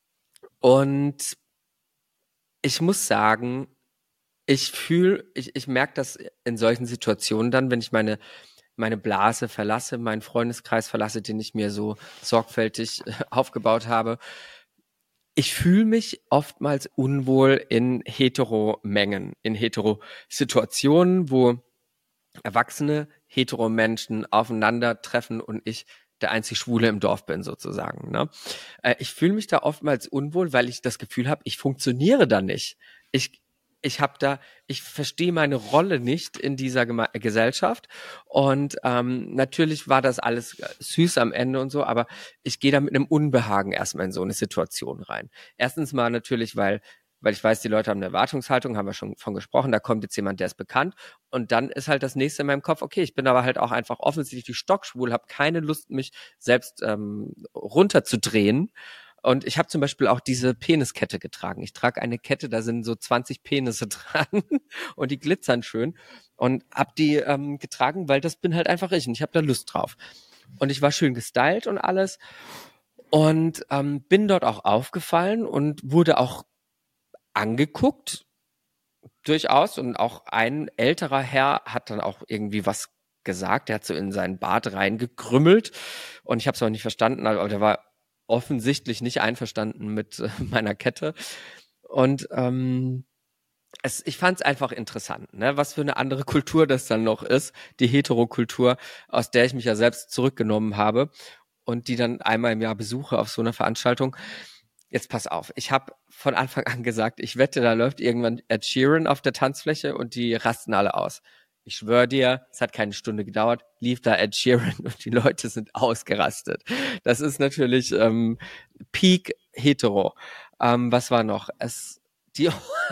und ich muss sagen, ich fühle, ich, ich merke das in solchen Situationen dann, wenn ich meine meine Blase verlasse, meinen Freundeskreis verlasse, den ich mir so sorgfältig äh, aufgebaut habe. Ich fühle mich oftmals unwohl in Hetero-Mengen, in Hetero-Situationen, wo erwachsene Hetero-Menschen aufeinandertreffen und ich der einzig Schwule im Dorf bin sozusagen. Ne? Äh, ich fühle mich da oftmals unwohl, weil ich das Gefühl habe, ich funktioniere da nicht. Ich ich habe da, ich verstehe meine Rolle nicht in dieser Geme- Gesellschaft und ähm, natürlich war das alles süß am Ende und so, aber ich gehe da mit einem Unbehagen erstmal in so eine Situation rein. Erstens mal natürlich, weil weil ich weiß, die Leute haben eine Erwartungshaltung, haben wir schon von gesprochen, da kommt jetzt jemand, der ist bekannt und dann ist halt das nächste in meinem Kopf, okay, ich bin aber halt auch einfach offensichtlich stockschwul, habe keine Lust, mich selbst ähm, runterzudrehen. Und ich habe zum Beispiel auch diese Peniskette getragen. Ich trage eine Kette, da sind so zwanzig Penisse dran und die glitzern schön. Und habe die ähm, getragen, weil das bin halt einfach ich und ich habe da Lust drauf. Und ich war schön gestylt und alles und ähm, bin dort auch aufgefallen und wurde auch angeguckt, durchaus. Und auch ein älterer Herr hat dann auch irgendwie was gesagt. Der hat so in seinen Bart reingekrümmelt und ich habe es auch nicht verstanden, aber der war offensichtlich nicht einverstanden mit äh, meiner Kette. Und ähm, es, ich fand es einfach interessant, ne? Was für eine andere Kultur das dann noch ist, die Heterokultur, aus der ich mich ja selbst zurückgenommen habe und die dann einmal im Jahr besuche auf so einer Veranstaltung. Jetzt pass auf, ich habe von Anfang an gesagt, ich wette, da läuft irgendwann Ed Sheeran auf der Tanzfläche und die rasten alle aus. Ich schwöre dir, es hat keine Stunde gedauert, lief da Ed Sheeran und die Leute sind ausgerastet. Das ist natürlich ähm, Peak Hetero. Ähm, was war noch? Es die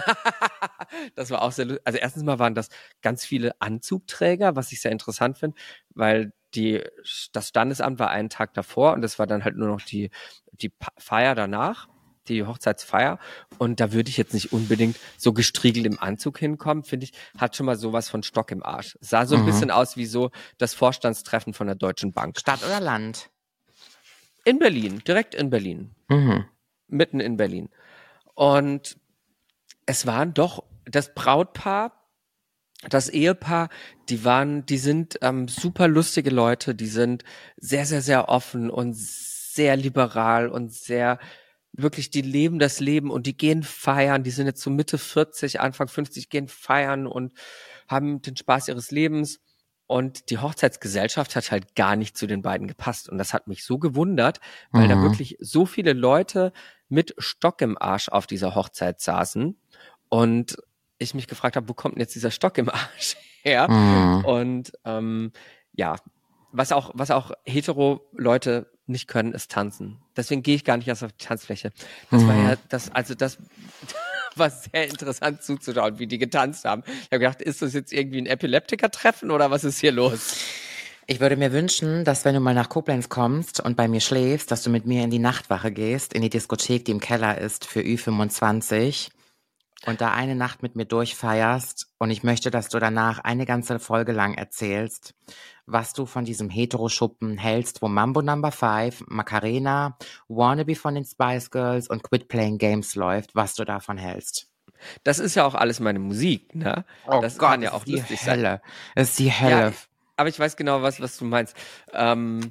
Das war auch sehr lustig. Also erstens mal waren das ganz viele Anzugträger, was ich sehr interessant finde, weil die das Standesamt war einen Tag davor und es war dann halt nur noch die die Feier danach. Die Hochzeitsfeier und da würde ich jetzt nicht unbedingt so gestriegelt im Anzug hinkommen, finde ich, hat schon mal sowas von Stock im Arsch. Sah so ein Mhm. bisschen aus wie so das Vorstandstreffen von der Deutschen Bank. Stadt oder Land? In Berlin, direkt in Berlin, Mhm. mitten in Berlin. Und es waren doch das Brautpaar, das Ehepaar, die waren, die sind ähm, super lustige Leute, die sind sehr, sehr, sehr offen und sehr liberal und sehr wirklich, die leben das Leben und die gehen feiern, die sind jetzt so Mitte vierzig, Anfang fünfzig, gehen feiern und haben den Spaß ihres Lebens und die Hochzeitsgesellschaft hat halt gar nicht zu den beiden gepasst und das hat mich so gewundert, weil Mhm. da wirklich so viele Leute mit Stock im Arsch auf dieser Hochzeit saßen und ich mich gefragt habe, wo kommt denn jetzt dieser Stock im Arsch her? Mhm. Und ähm, ja, was auch, was auch hetero-Leute nicht können, ist tanzen. Deswegen gehe ich gar nicht erst auf die Tanzfläche. Das Mhm. war ja, das, also das war sehr interessant zuzuschauen, wie die getanzt haben. Ich habe gedacht, ist das jetzt irgendwie ein Epileptiker-Treffen oder was ist hier los? Ich würde mir wünschen, dass wenn du mal nach Koblenz kommst und bei mir schläfst, dass du mit mir in die Nachtwache gehst, in die Diskothek, die im Keller ist, für Ü fünfundzwanzig und da eine Nacht mit mir durchfeierst und ich möchte, dass du danach eine ganze Folge lang erzählst, was du von diesem Heteroschuppen hältst, wo Mambo Number Five, Macarena, Wannabe von den Spice Girls und Quit Playing Games läuft, was du davon hältst. Das ist ja auch alles meine Musik, ne? Oh Das Gott, kann ja es auch ist die lustig sein. Hölle. Es ist die Ja, Hölle. aber ich weiß genau, was, was du meinst. Ähm,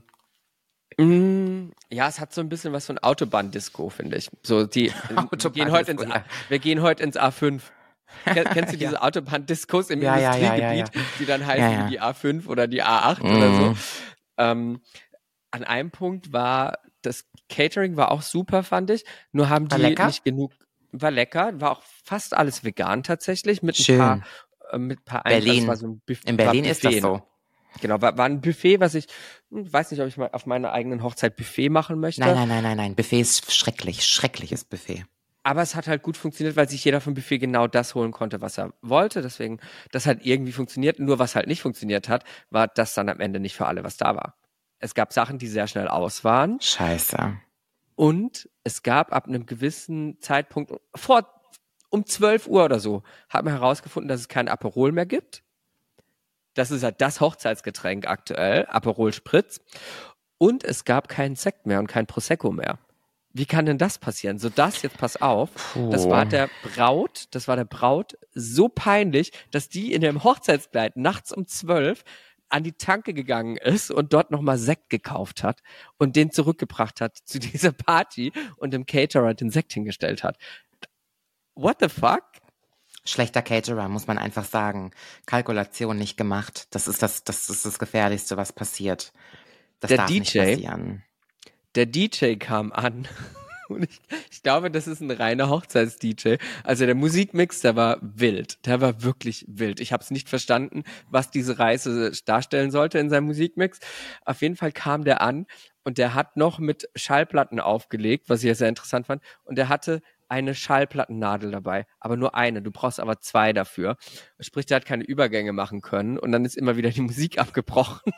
mh, ja, es hat so ein bisschen was von Autobahn-Disco, finde ich. So, die, wir gehen heute ins, Autobahn-Disco, ja. wir gehen heute ins A fünf. Ken- Kennst du Ja. diese Autobahn-Discos im Ja, ja, ja, Industriegebiet, ja, ja. die dann heißen Ja, ja. wie die A fünf oder die A acht oder Mhm. so? Ähm, an einem Punkt war, das Catering war auch super, fand ich. Nur haben War die lecker? nicht genug, war lecker, war auch fast alles vegan tatsächlich, mit ein Schön. paar, äh, mit ein paar Ein- also es Berlin. war so ein Buff- In war Berlin ist das Buffet, so. Genau, war, war ein Buffet, was ich, hm, weiß nicht, ob ich mal auf meiner eigenen Hochzeit Buffet machen möchte. Nein, nein, nein, nein, nein. Buffet ist schrecklich. Schreckliches Buffet. Aber es hat halt gut funktioniert, weil sich jeder vom Buffet genau das holen konnte, was er wollte. Deswegen, das hat irgendwie funktioniert. Nur was halt nicht funktioniert hat, war, dass dann am Ende nicht für alle was da war. Es gab Sachen, die sehr schnell aus waren. Scheiße. Und es gab ab einem gewissen Zeitpunkt, vor um zwölf Uhr oder so, hat man herausgefunden, dass es kein Aperol mehr gibt. Das ist halt das Hochzeitsgetränk aktuell, Aperol Spritz. Und es gab keinen Sekt mehr und kein Prosecco mehr. Wie kann denn das passieren? So das, jetzt pass auf, Puh. das war der Braut, das war der Braut so peinlich, dass die in dem Hochzeitskleid nachts um zwölf an die Tanke gegangen ist und dort nochmal Sekt gekauft hat und den zurückgebracht hat zu dieser Party und dem Caterer den Sekt hingestellt hat. What the fuck? Schlechter Caterer, muss man einfach sagen. Kalkulation nicht gemacht. Das ist das, das ist das Gefährlichste, was passiert. Das Der darf D J nicht passieren. Der D J kam an und ich, ich glaube, das ist ein reiner Hochzeits-D J. Also der Musikmix, der war wild. Der war wirklich wild. Ich habe es nicht verstanden, was diese Reise darstellen sollte in seinem Musikmix. Auf jeden Fall kam der an und der hat noch mit Schallplatten aufgelegt, was ich ja sehr interessant fand. Und der hatte eine Schallplattennadel dabei, aber nur eine. Du brauchst aber zwei dafür. Sprich, der hat keine Übergänge machen können und dann ist immer wieder die Musik abgebrochen.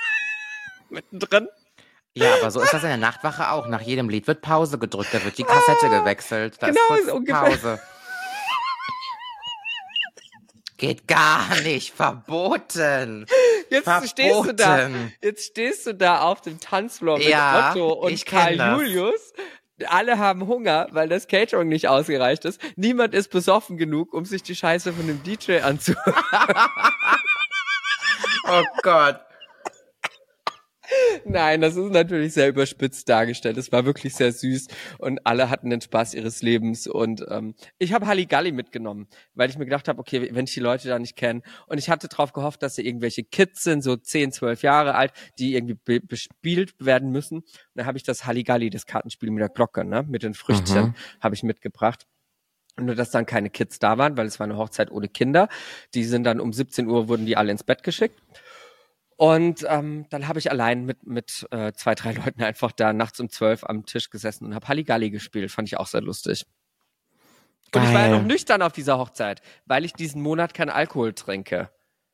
Mittendrin. Ja, aber so ist das in der Nachtwache auch. Nach jedem Lied wird Pause gedrückt, da wird die Kassette gewechselt. Da Genau, ist kurz so ungefähr. Pause. Geht gar nicht, verboten. Jetzt Verboten. stehst du da, jetzt stehst du da auf dem Tanzfloor mit Ja, Otto und ich kenn Karl das. Julius. Alle haben Hunger, weil das Catering nicht ausgereicht ist. Niemand ist besoffen genug, um sich die Scheiße von dem D J anzuhören. Oh Gott. Nein, das ist natürlich sehr überspitzt dargestellt. Es war wirklich sehr süß und alle hatten den Spaß ihres Lebens. Und ähm, ich habe Halligalli mitgenommen, weil ich mir gedacht habe, okay, wenn ich die Leute da nicht kenne. Und ich hatte darauf gehofft, dass sie irgendwelche Kids sind, so zehn, zwölf Jahre alt, die irgendwie be- bespielt werden müssen. Und dann habe ich das Halligalli, das Kartenspiel mit der Glocke, ne, mit den Früchtchen, Mhm. habe ich mitgebracht. Nur, dass dann keine Kids da waren, weil es war eine Hochzeit ohne Kinder. Die sind dann um siebzehn Uhr, wurden die alle ins Bett geschickt. Und ähm, dann habe ich allein mit mit äh, zwei, drei Leuten einfach da nachts um zwölf am Tisch gesessen und habe Halligalli gespielt. Fand ich auch sehr lustig. Und ich war ja Geil. noch nüchtern auf dieser Hochzeit, weil ich diesen Monat keinen Alkohol trinke.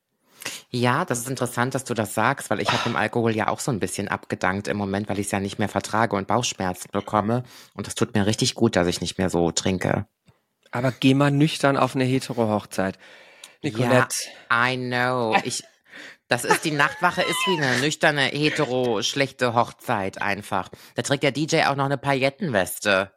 Ja, das ist interessant, dass du das sagst, weil ich habe dem Alkohol ja auch so ein bisschen abgedankt im Moment, weil ich es ja nicht mehr vertrage und Bauchschmerzen bekomme. Und das tut mir richtig gut, dass ich nicht mehr so trinke. Aber geh mal nüchtern auf eine Hetero-Hochzeit. Nicolette. Ja, I know. Ich, das ist, die Nachtwache ist wie eine nüchterne, hetero, schlechte Hochzeit einfach. Da trägt der D J auch noch eine Paillettenweste.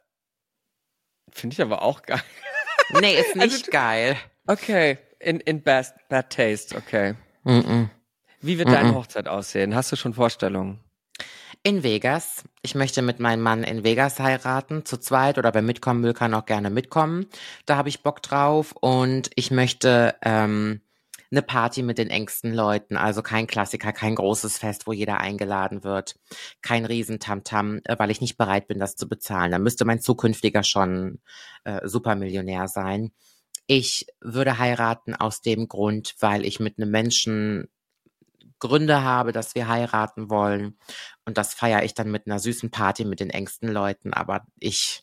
Finde ich aber auch geil. Nee, ist nicht Also, geil. Okay, in, in bad, bad taste, okay. Mm-mm. Wie wird Mm-mm. deine Hochzeit aussehen? Hast du schon Vorstellungen? In Vegas. Ich möchte mit meinem Mann in Vegas heiraten, zu zweit, oder wer mitkommen will, kann auch gerne mitkommen. Da habe ich Bock drauf und ich möchte ähm, eine Party mit den engsten Leuten, also kein Klassiker, kein großes Fest, wo jeder eingeladen wird, kein Riesentamtam, äh, weil ich nicht bereit bin, das zu bezahlen. Da müsste mein zukünftiger schon äh, Supermillionär sein. Ich würde heiraten aus dem Grund, weil ich mit einem Menschen Gründe habe, dass wir heiraten wollen. Und das feiere ich dann mit einer süßen Party mit den engsten Leuten. Aber ich,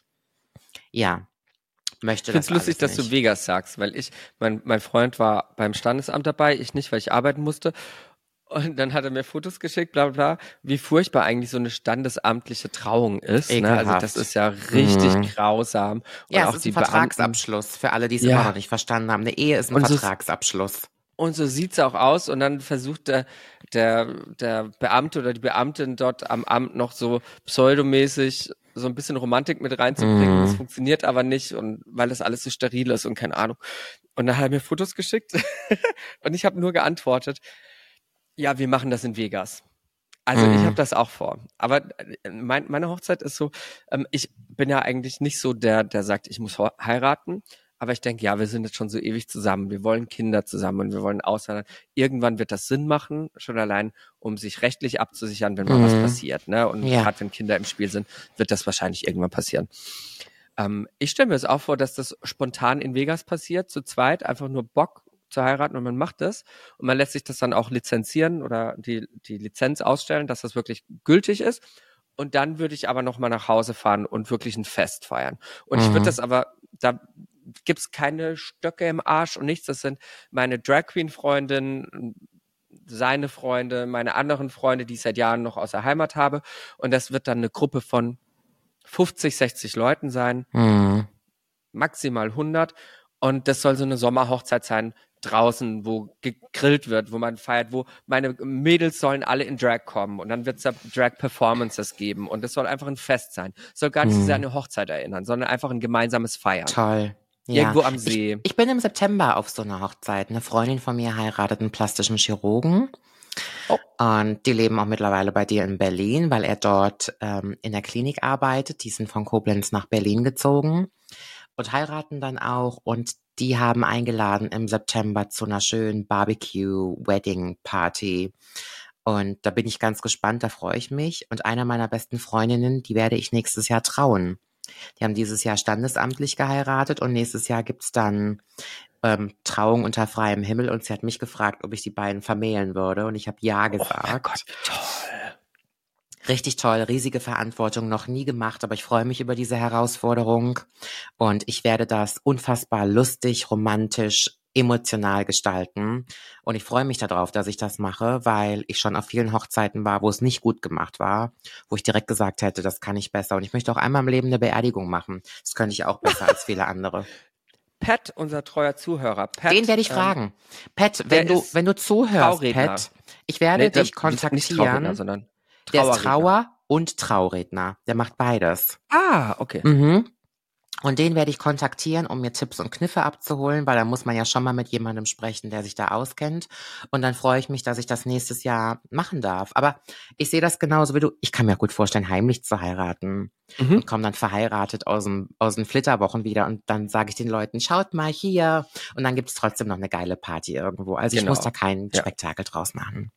ja, möchte Ich finde das es lustig, alles dass nicht. du Vegas sagst, weil ich, mein, mein Freund war beim Standesamt dabei, ich nicht, weil ich arbeiten musste. Und dann hat er mir Fotos geschickt, bla bla bla, wie furchtbar eigentlich so eine standesamtliche Trauung ist. Ne? Also Ekelhaft. das ist ja richtig Mhm. grausam. Und Ja, auch es ist die ein Beamten. Vertragsabschluss, für alle, die es Ja. immer noch nicht verstanden haben. Eine Ehe ist ein Und so- Vertragsabschluss. Und so sieht's auch aus. Und dann versucht der, der, der Beamte oder die Beamtin dort am Amt noch so pseudomäßig so ein bisschen Romantik mit reinzubringen. Mhm. Das funktioniert aber nicht, und weil das alles so steril ist und keine Ahnung. Und dann hat er mir Fotos geschickt und ich habe nur geantwortet, ja, wir machen das in Vegas. Also ich Mhm. habe das auch vor. Aber äh, mein, meine Hochzeit ist so, ähm, ich bin ja eigentlich nicht so der, der sagt, ich muss ho- heiraten. Aber ich denke, ja, wir sind jetzt schon so ewig zusammen. Wir wollen Kinder zusammen und wir wollen auswandern. Irgendwann wird das Sinn machen, schon allein, um sich rechtlich abzusichern, wenn mal Mhm. was passiert. Ne? Und Ja. gerade wenn Kinder im Spiel sind, wird das wahrscheinlich irgendwann passieren. Ähm, ich stelle mir es auch vor, dass das spontan in Vegas passiert, zu zweit, einfach nur Bock zu heiraten und man macht das. Und man lässt sich das dann auch lizenzieren oder die, die Lizenz ausstellen, dass das wirklich gültig ist. Und dann würde ich aber nochmal nach Hause fahren und wirklich ein Fest feiern. Und ich würde Mhm. das aber, da gibt's keine Stöcke im Arsch und nichts. Das sind meine Drag Queen Freundinnen, seine Freunde, meine anderen Freunde, die ich seit Jahren noch aus der Heimat habe. Und das wird dann eine Gruppe von fünfzig, sechzig Leuten sein, Mhm. maximal hundert. Und das soll so eine Sommerhochzeit sein, draußen, wo gegrillt wird, wo man feiert, wo meine Mädels sollen alle in Drag kommen und dann wird es da Drag-Performances geben und es soll einfach ein Fest sein. Es soll gar nicht so sehr an eine Hochzeit erinnern, sondern einfach ein gemeinsames Feiern. Toll. Ja. Irgendwo am See. Ich, ich bin im September auf so einer Hochzeit. Eine Freundin von mir heiratet einen plastischen Chirurgen. Oh. Und die leben auch mittlerweile bei dir in Berlin, weil er dort ähm, in der Klinik arbeitet. Die sind von Koblenz nach Berlin gezogen und heiraten dann auch. Und die haben eingeladen im September zu einer schönen Barbecue-Wedding-Party. Und da bin ich ganz gespannt, da freue ich mich. Und einer meiner besten Freundinnen, die werde ich nächstes Jahr trauen. Die haben dieses Jahr standesamtlich geheiratet und nächstes Jahr gibt's dann ähm, Trauung unter freiem Himmel. Und sie hat mich gefragt, ob ich die beiden vermählen würde. Und ich habe ja gesagt. Oh mein Gott, toll. Richtig toll, riesige Verantwortung, noch nie gemacht, aber ich freue mich über diese Herausforderung und ich werde das unfassbar lustig, romantisch, emotional gestalten und ich freue mich darauf, dass ich das mache, weil ich schon auf vielen Hochzeiten war, wo es nicht gut gemacht war, wo ich direkt gesagt hätte, das kann ich besser und ich möchte auch einmal im Leben eine Beerdigung machen. Das könnte ich auch besser als viele andere. Pat, unser treuer Zuhörer. Pat, Den werde ich ähm, fragen. Pat, der wenn du, ist wenn du zuhörst, Trauredner. Pat, ich werde Nee, der- dich Nicht Trauredner, kontaktieren. sondern Der ist Trauerredner. Trauer- und Trauredner. Der macht beides. Ah, okay. Mhm. Und den werde ich kontaktieren, um mir Tipps und Kniffe abzuholen, weil da muss man ja schon mal mit jemandem sprechen, der sich da auskennt. Und dann freue ich mich, dass ich das nächstes Jahr machen darf. Aber ich sehe das genauso wie du. Ich kann mir gut vorstellen, heimlich zu heiraten. Mhm. Und komme dann verheiratet aus, dem, aus den Flitterwochen wieder. Und dann sage ich den Leuten, schaut mal hier. Und dann gibt es trotzdem noch eine geile Party irgendwo. Also ich Genau. muss da kein Ja. Spektakel draus machen.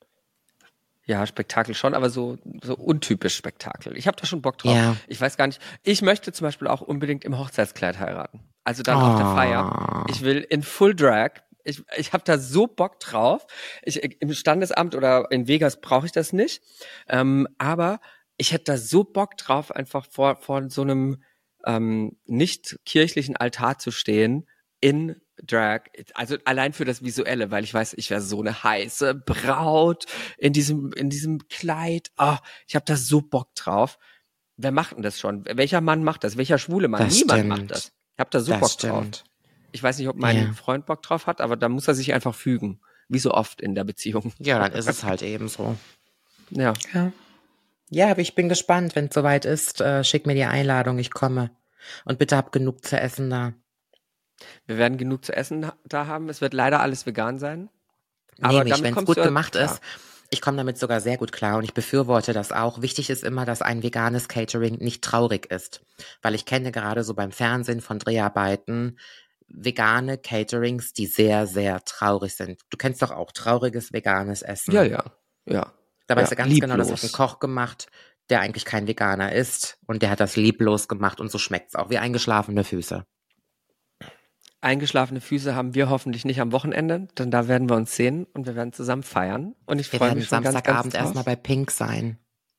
Ja, Spektakel schon, aber so, so untypisch Spektakel. Ich habe da schon Bock drauf. Ja. Ich weiß gar nicht, ich möchte zum Beispiel auch unbedingt im Hochzeitskleid heiraten. Also dann auf der Feier. Ich will in Full Drag. Ich, ich habe da so Bock drauf. Ich, im Standesamt oder in Vegas brauche ich das nicht. Ähm, aber ich hätte da so Bock drauf, einfach vor, vor so einem ähm, nicht kirchlichen Altar zu stehen in Drag. Also allein für das Visuelle, weil ich weiß, ich wäre so eine heiße Braut in diesem in diesem Kleid. Oh, ich habe da so Bock drauf. Wer macht denn das schon? Welcher Mann macht das? Welcher schwule Mann? Das Niemand stimmt. macht das. Ich habe da so Das Bock stimmt. drauf. Ich weiß nicht, ob mein Ja. Freund Bock drauf hat, aber da muss er sich einfach fügen. Wie so oft in der Beziehung. Ja, dann ist es halt eben so. Ja. Ja. Ja, aber ich bin gespannt, wenn es soweit ist. Äh, schick mir die Einladung, ich komme. Und bitte hab genug zu essen da. Wir werden genug zu essen da haben. Es wird leider alles vegan sein. Aber Nehme ich, damit wenn es kommst gut du ja gemacht klar. ist. Ich komme damit sogar sehr gut klar und ich befürworte das auch. Wichtig ist immer, dass ein veganes Catering nicht traurig ist. Weil ich kenne gerade so beim Fernsehen von Dreharbeiten vegane Caterings, die sehr, sehr traurig sind. Du kennst doch auch trauriges veganes Essen. Ja, ja, ja. Da weißt ja, du ganz genau, das hat lieblos. ein Koch gemacht, der eigentlich kein Veganer ist und der hat das lieblos gemacht und so schmeckt's auch, wie eingeschlafene Füße. Eingeschlafene Füße haben wir hoffentlich nicht am Wochenende, denn da werden wir uns sehen und wir werden zusammen feiern. Und ich Wir freue werden mich schon ganz, ganz Samstagabend drauf. erstmal bei Pink sein.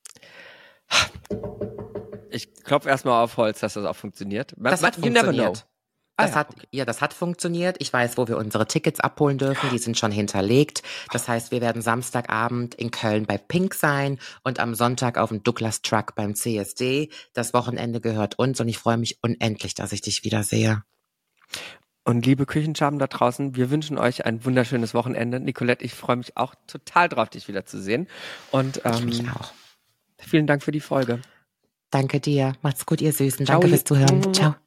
Ich klopfe erstmal auf Holz, dass das auch funktioniert. Man- Das hat you never funktioniert. know. Ah, Das ja, hat, ja, das hat funktioniert. Ich weiß, wo wir unsere Tickets abholen dürfen. Die sind schon hinterlegt. Das heißt, wir werden Samstagabend in Köln bei Pink sein und am Sonntag auf dem Douglas Truck beim C S D. Das Wochenende gehört uns und ich freue mich unendlich, dass ich dich wiedersehe. Und liebe Küchenschaben da draußen, wir wünschen euch ein wunderschönes Wochenende. Nicolette, ich freue mich auch total drauf, dich wiederzusehen. Und Ich mich ähm, auch. vielen Dank für die Folge. Danke dir. Macht's gut, ihr Süßen. Ciao. Danke fürs Zuhören. Ciao.